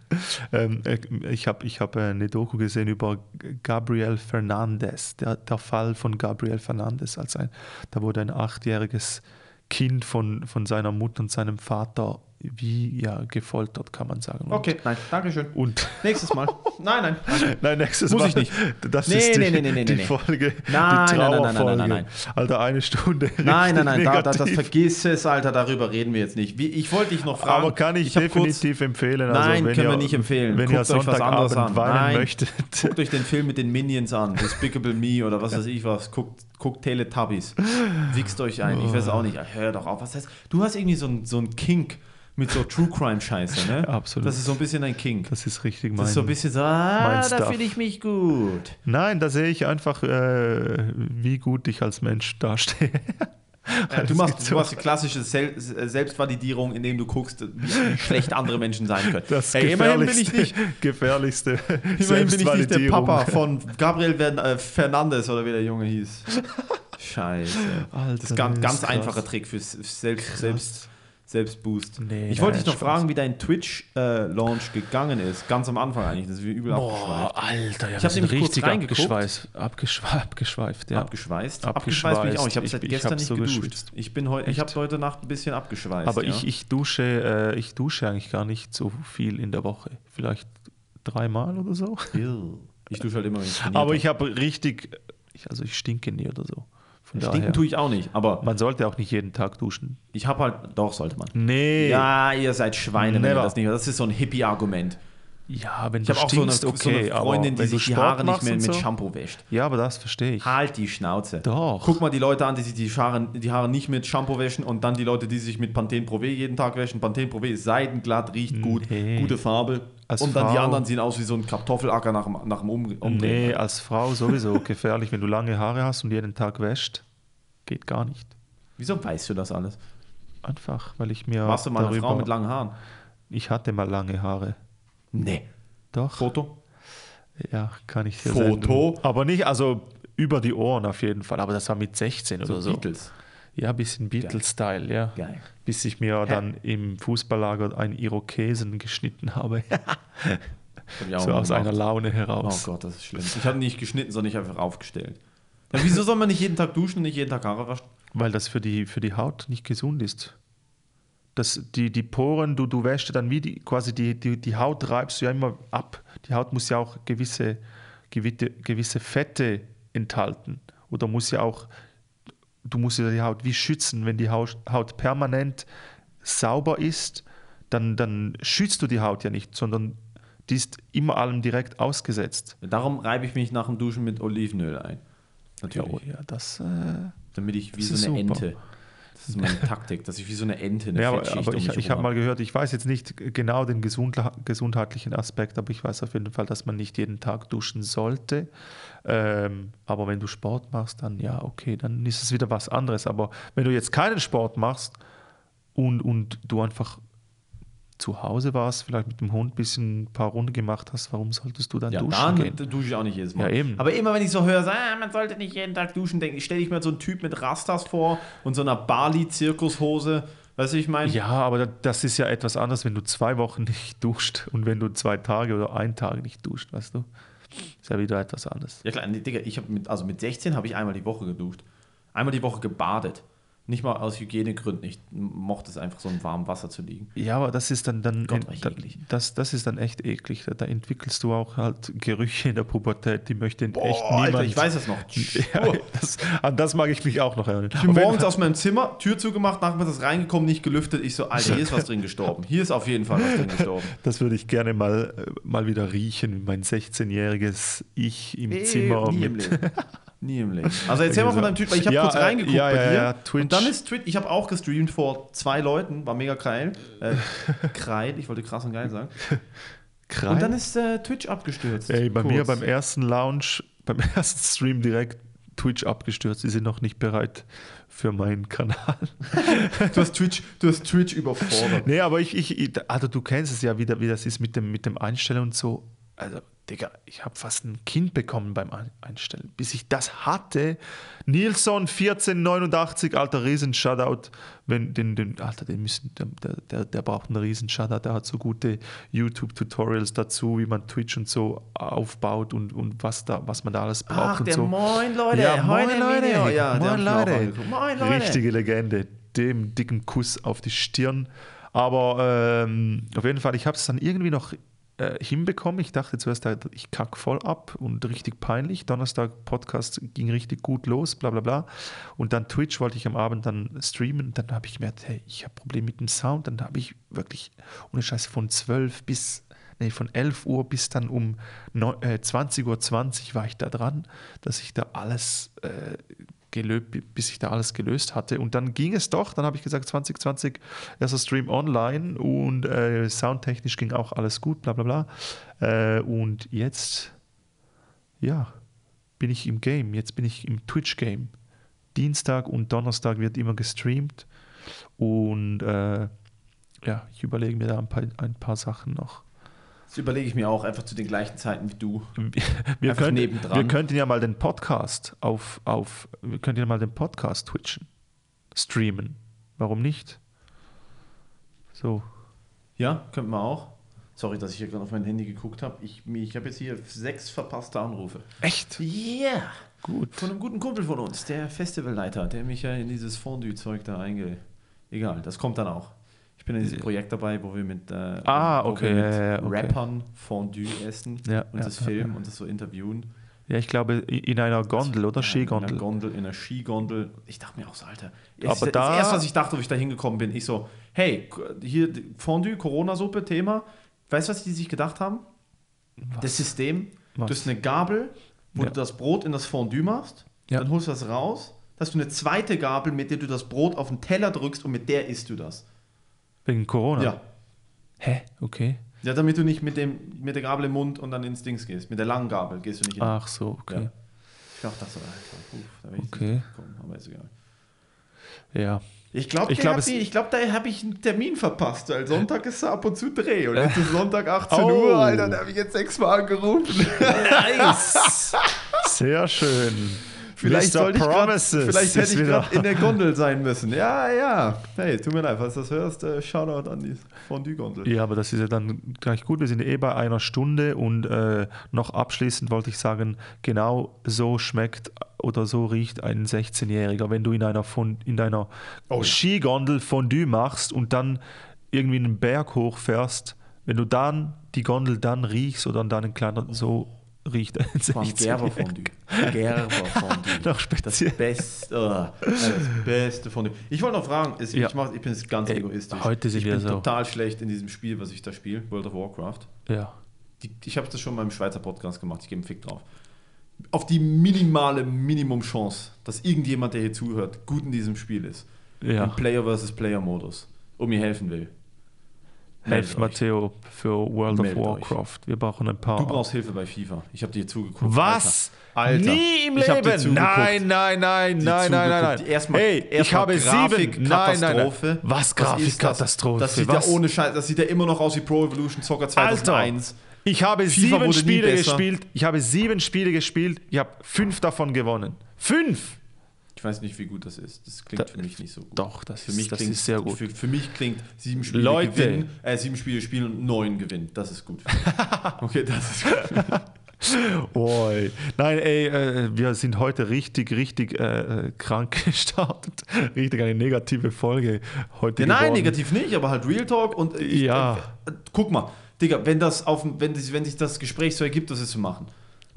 Ich hab eine Doku gesehen über Gabriel Fernandez. Der Fall von Gabriel Fernandez. Da wurde ein 8-jähriges Kind von seiner Mutter und seinem Vater gefoltert, kann man sagen.
Okay, nein, danke schön.
Und
nächstes Mal. Nein,
nächstes
Muss
Mal.
ich nicht.
Das ist die Folge, die Trauerfolge.
Nein.
Alter, eine Stunde.
Nein, das vergiss es, Alter, darüber reden wir jetzt nicht. Ich wollte dich noch fragen.
Aber kann ich definitiv empfehlen. Also,
nein, können wir nicht empfehlen.
Wenn
Guckt
ihr
euch was anderes an.
weinen möchtet.
Guckt euch den Film mit den Minions an. Despicable Me oder was weiß ich was. Guckt Teletubbies. Wichst euch ein. Ich weiß auch nicht. Hör doch auf. Was heißt, du hast irgendwie so ein Kink mit so True Crime Scheiße, ne?
Absolut.
Das ist so ein bisschen ein Kink.
Das ist richtig
Das ist so ein bisschen so, da fühle ich mich gut.
Nein, da sehe ich einfach, wie gut ich als Mensch dastehe.
Du machst die klassische Selbstvalidierung, indem du guckst, wie schlecht andere Menschen sein können.
Das gefährlichste
Immerhin bin ich nicht der Papa von Gabriel Fernandez oder wie der Junge hieß. Scheiße.
Alter,
das ist ein ganz einfacher Trick für Selbstboost.
Nee,
ich wollte dich noch fragen, wie dein Twitch-Launch gegangen ist. Ganz am Anfang eigentlich. Das ist wie übel abgeschweift.
Alter,
ich habe nämlich richtig
abgeschweift. Ja.
Abgeschweift bin ich auch. Ich habe seit gestern nicht geduscht. Ich habe heute Nacht ein bisschen abgeschweißt.
Aber ich dusche eigentlich gar nicht so viel in der Woche. Vielleicht 3-mal oder so.
Ich dusche halt immer, wenn ich trainiert
Aber ich habe ich stinke nie oder so.
Stinken tue ich auch nicht, aber...
Man sollte auch nicht jeden Tag duschen.
Ich habe halt... Doch, sollte man.
Nee.
Ja, ihr seid Schweine, wenn ihr das nicht... Das ist so ein Hippie-Argument.
Ja, wenn du stinkst,
so eine Freundin, die sich die Haare nicht mehr mit Shampoo wäscht.
Ja, aber das verstehe ich.
Halt die Schnauze.
Doch.
Guck mal die Leute an, die sich die Haare nicht mit Shampoo wäschen und dann die Leute, die sich mit Pantene Pro V jeden Tag wäschen. Pantene Pro V ist seidenglatt, riecht gut, gute Farbe. Und dann die anderen sehen aus wie so ein Kartoffelacker nach dem Umdrehen.
Nee, als Frau sowieso gefährlich, wenn du lange Haare hast und jeden Tag wäscht. Geht gar nicht.
Wieso weißt du das alles?
Einfach, weil ich mir...
Warst du mal eine Frau mit langen Haaren?
Ich hatte mal lange Haare.
Nee.
Doch.
Foto?
Ja, kann ich dir
Foto?
senden. Aber nicht, also über die Ohren auf jeden Fall. Aber das war mit 16 oder so.
Beatles?
Ja, ein bisschen Beatles-Style, ja.
Geil.
Bis ich mir dann im Fußballlager einen Irokesen geschnitten habe. So aus einer Laune heraus.
Oh Gott, das ist schlimm. Ich habe nicht geschnitten, sondern ich einfach aufgestellt. Ja, wieso soll man nicht jeden Tag duschen und nicht jeden Tag Haare waschen?
Weil das für die Haut nicht gesund ist. Die Poren, du wäschst dann wie die Haut reibst du ja immer ab. Die Haut muss ja auch gewisse Fette enthalten. Oder muss ja auch du musst ja die Haut wie schützen. Wenn die Haut permanent sauber ist, dann schützt du die Haut ja nicht, sondern die ist immer allem direkt ausgesetzt.
Darum reibe ich mich nach dem Duschen mit Olivenöl ein. Natürlich.
Ja, das...
Damit ich wie
das
so eine
ist super.
Ente. Das ist meine Taktik, dass ich wie so eine Ente eine
Ja,
Fettschicht
aber
um mich
ich
herum
habe mal gehört, ich weiß jetzt nicht genau den gesundheitlichen Aspekt, aber ich weiß auf jeden Fall, dass man nicht jeden Tag duschen sollte. Aber wenn du Sport machst, dann ja, okay, dann ist es wieder was anderes. Aber wenn du jetzt keinen Sport machst und du einfach zu Hause warst, vielleicht mit dem Hund ein paar Runden gemacht hast, warum solltest du dann duschen gehen?
Dann dusche ich auch nicht jedes Mal.
Ja, eben.
Aber immer wenn ich so höre, man sollte nicht jeden Tag duschen, stelle ich mir so einen Typ mit Rastas vor und so einer Bali-Zirkushose. Weißt du, ich meine?
Ja, aber das ist ja etwas anderes, wenn du 2 Wochen nicht duscht und wenn du 2 Tage oder 1 Tag nicht duscht, weißt du? Ist ja wieder etwas anderes.
Ja klar, Digga, mit 16 habe ich einmal die Woche geduscht. Einmal die Woche gebadet. Nicht mal aus Hygienegründen. Ich mochte es einfach, so im warmen Wasser zu liegen.
Ja, aber das ist dann
Gott, war ich eklig.
das ist dann echt eklig. Da entwickelst du auch halt Gerüche in der Pubertät, die möchte echt
Alter,
niemand.
ich weiß das noch.
Ja, an das mag ich mich auch noch erinnern.
Ich bin morgens aus meinem Zimmer, Tür zugemacht, nachmittags reingekommen, nicht gelüftet. Ich so, Alter, hier ist was drin gestorben. Hier ist auf jeden Fall was drin gestorben.
Das würde ich gerne mal wieder riechen, mein 16-jähriges Ich im Zimmer.
Nie im Leben. Nie im Leben. Also erzähl mal von deinem Typ, weil ich habe kurz reingeguckt bei dir.
Ja, Twitch.
Und dann ist Twitch, ich habe auch gestreamt vor 2 Leuten, war mega geil. Kreil, ich wollte krass und geil sagen.
Kreil?
Und dann ist Twitch abgestürzt.
Ey, bei mir beim ersten Launch, beim ersten Stream direkt Twitch abgestürzt. Die sind noch nicht bereit für meinen Kanal.
Du hast Twitch überfordert.
Nee, aber also du kennst es ja, wie das ist mit dem Einstellen und so. Also, Digga, ich habe fast ein Kind bekommen beim Einstellen. Bis ich das hatte, Nilsson 1489, alter Riesen-Shoutout. Der braucht einen Riesen-Shoutout. Der hat so gute YouTube-Tutorials dazu, wie man Twitch und so aufbaut und was man da alles braucht.
Ach,
und
der
so.
Moin, Leute.
Ja, Moin, Leute.
Ja,
Moin, Leute.
Moin, Leute.
Richtige Legende. Dem dicken Kuss auf die Stirn. Aber auf jeden Fall, ich habe es dann irgendwie noch hinbekommen. Ich dachte zuerst, ich kacke voll ab und richtig peinlich. Donnerstag Podcast ging richtig gut los, bla bla bla. Und dann Twitch wollte ich am Abend dann streamen. Dann habe ich gemerkt, hey, ich habe Probleme mit dem Sound. Dann habe ich wirklich, ohne Scheiß, von 11 Uhr bis dann um 20.20 Uhr war ich da dran, dass ich da alles bis ich da alles gelöst hatte. Und dann ging es doch, dann habe ich gesagt, 2020 erster Stream online und soundtechnisch ging auch alles gut, bla bla bla. Und jetzt, ja, bin ich im Game, jetzt bin ich im Twitch-Game. Dienstag und Donnerstag wird immer gestreamt und ich überlege mir da ein paar Sachen noch.
Das überlege ich mir auch einfach zu den gleichen Zeiten wie du.
Wir könnten ja mal den Podcast twitchen, streamen. Warum nicht? So.
Ja, könnten wir auch. Sorry, dass ich hier gerade auf mein Handy geguckt habe. Ich habe jetzt hier 6 verpasste Anrufe.
Echt?
Ja. Yeah.
Gut.
Von einem guten Kumpel von uns, der Festivalleiter, der mich ja in dieses Fondue-Zeug da Egal, das kommt dann auch. Ich bin in diesem Projekt dabei, wo wir mit, Rappern Fondue essen und das filmen und das so interviewen.
Ja, ich glaube in einer Gondel oder Skigondel.
In einer Skigondel. Ich dachte mir auch so, Alter.
Das
erste, was ich dachte, wo ich da hingekommen bin, ich so, hey, hier Fondue, Corona-Suppe, Thema. Weißt du, was die sich gedacht haben?
Was?
Das System,
Was?
du hast eine Gabel, wo du das Brot in das Fondue machst, dann holst du das raus, dann hast du eine zweite Gabel, mit der du das Brot auf den Teller drückst und mit der isst du das.
Wegen Corona?
Ja.
Hä? Okay.
Ja, damit du nicht mit der Gabel im Mund und dann ins Dings gehst. Mit der langen Gabel gehst du nicht in.
Ach so, okay.
Ja. Ich dachte so, Alter, da will ich
okay.
nicht kommen, aber ist egal.
Ja.
Ich glaube, da habe ich einen Termin verpasst, weil Sonntag ist ab und zu Dreh. Und jetzt ist Sonntag 18 Uhr, Alter, da habe ich jetzt 6-mal angerufen. Nice!
Sehr schön.
Vielleicht hätte ich gerade in der Gondel sein müssen. Ja. Hey, tut mir leid, falls du das hörst, Shoutout an die Fondue-Gondel.
Ja, aber das ist ja dann gleich gut. Wir sind bei einer Stunde und noch abschließend wollte ich sagen, genau so schmeckt oder so riecht ein 16-Jähriger, wenn du in deiner Skigondel Fondue machst und dann irgendwie einen Berg hochfährst, wenn du dann die Gondel dann riechst oder dann einen kleinen, so riecht ein
Vor allem
60.
Gerberfondue. Gerberfondue.
Noch speziell.
Das Beste Fondue. Ich wollte noch fragen, ich bin jetzt ganz egoistisch.
Heute sind
ich
wir
bin
so.
total schlecht in diesem Spiel, was ich da spiele, World of Warcraft.
Ja.
Ich habe das schon mal im Schweizer Podcast gemacht, ich gebe einen Fick drauf. Auf die minimale Minimum-Chance, dass irgendjemand, der hier zuhört, gut in diesem Spiel ist.
Ja.
Im Player-versus-Player-Modus. Und mir helfen will.
Helft Matteo für World of
Meldet
Warcraft. Wir brauchen ein paar.
Du brauchst Hilfe bei FIFA. Ich habe dir zugeguckt.
Was?
Alter.
Nie im
Ich hab dir
Leben.
zugeguckt.
Nein.
Erstmal,
hey, ich habe 7. Nein. Was Grafikkatastrophe?
Das sieht ja ohne Scheiß. Das sieht ja immer noch aus wie Pro Evolution Soccer 2001.
Alter, ich habe
FIFA
7 Spiele gespielt. Ich habe 7 Spiele gespielt. Ich habe 5 davon gewonnen. 5!
Ich weiß nicht, wie gut das ist. Das klingt für mich nicht so gut.
Doch, das
ist
sehr gut.
Für mich klingt 7 Spiele gewinnen, 7 Spiele spielen und 9 gewinnen. Das ist gut. Okay, das ist gut.
Oi. Nein, wir sind heute richtig krank gestartet. Richtig eine negative Folge heute.
Ja, nein, negativ nicht, aber halt Real Talk. Und guck mal, Digga, wenn sich das Gespräch so ergibt, das ist zu machen.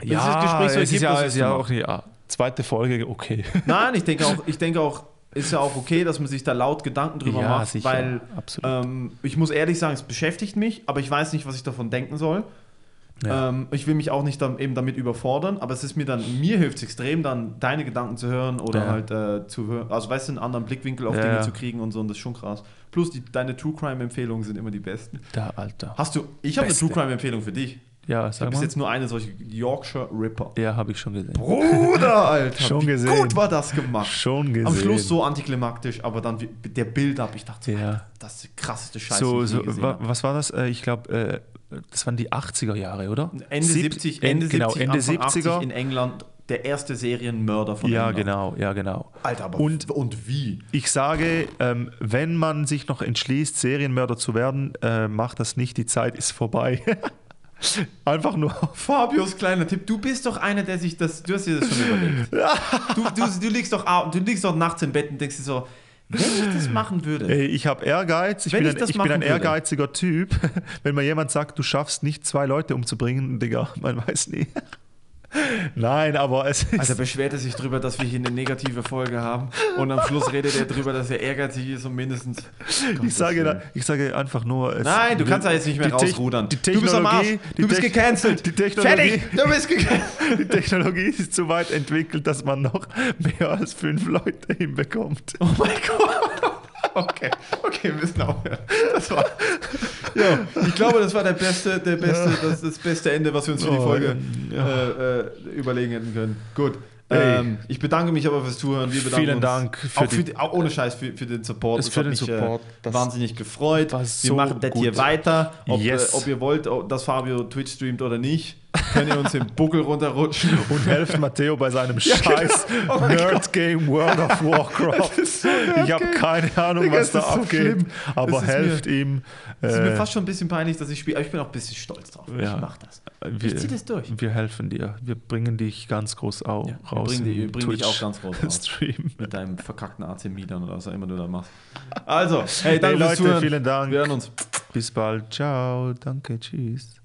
Zweite Folge, okay.
Nein, ich denke auch, ist ja auch okay, dass man sich da laut Gedanken drüber macht, sicher, weil ich muss ehrlich sagen, es beschäftigt mich, aber ich weiß nicht, was ich davon denken soll. Ja. Ich will mich auch nicht eben damit überfordern, aber mir hilft es extrem, dann deine Gedanken zu hören oder halt zu hören, also weißt du, einen anderen Blickwinkel auf Dinge zu kriegen und so, und das ist schon krass. Plus deine True Crime Empfehlungen sind immer die besten.
Alter.
Ich habe eine True Crime Empfehlung für dich.
Ja,
sag mal. Bis jetzt nur eine solche Yorkshire Ripper.
Ja, habe ich schon gesehen.
Bruder, Alter.
Schon gesehen.
Gut war das gemacht.
Schon gesehen.
Am Schluss so antiklimaktisch, aber dann der Build-up, ich dachte, das ist die krasseste Scheiße, die ich je gesehen habe.
Was war das? Ich glaube, das waren die 80er Jahre, oder?
Ende 70,
Ende
70er
80er.
In England, der erste Serienmörder von England.
Ja, genau.
Alter, aber und wie?
Ich sage, wenn man sich noch entschließt, Serienmörder zu werden, macht das nicht, die Zeit ist vorbei. Einfach nur.
Fabios kleiner Tipp, du bist doch einer, der sich das, du hast dir das schon überlegt. Du liegst doch nachts im Bett und denkst dir so, wenn ich das machen würde.
Ey, ich habe Ehrgeiz, ich bin ein ehrgeiziger Typ. Wenn mir jemand sagt, du schaffst nicht 2 Leute umzubringen, Digga, man weiß nie. Nein, aber es ist...
Also beschwert er sich drüber, dass wir hier eine negative Folge haben und am Schluss redet er drüber, dass er ehrgeizig ist und mindestens...
Ich sage einfach nur...
Nein, du kannst da jetzt nicht mehr rausrudern.
Du bist am Arsch.
Du bist gecancelt. Fertig. Du bist gecancelt.
Die Technologie ist so weit entwickelt, dass man noch mehr als 5 Leute hinbekommt.
Oh mein Gott. Okay, wir müssen aufhören. Ich glaube, das war das beste Ende, was wir uns für die Folge überlegen hätten können. Gut. Ich bedanke mich aber fürs Zuhören. Wir bedanken
Vielen
uns
Dank.
auch ohne Scheiß für den Support.
Das hat mich
wahnsinnig gefreut. Wir machen das hier weiter. Ob ihr wollt, dass Fabio Twitch streamt oder nicht, könnt ihr uns den Buckel runterrutschen.
Und helft Matteo bei seinem scheiß Nerd-Game World of Warcraft. Ich habe keine Ahnung, was da abgeht, aber helft ihm.
Es ist mir fast schon ein bisschen peinlich, dass ich spiele, aber ich bin auch ein bisschen stolz drauf.
Ja.
Ich mache das. Ich ziehe das durch.
Wir helfen dir. Wir bringen dich ganz groß raus.
Wir bringen dich auch ganz groß raus.
Stream.
Mit deinem verkackten AC Milan oder was auch immer du da machst. Also, hey, danke
Leute,
fürs Zuhören.
vielen Dank.
Wir hören uns.
Bis bald. Ciao. Danke. Tschüss.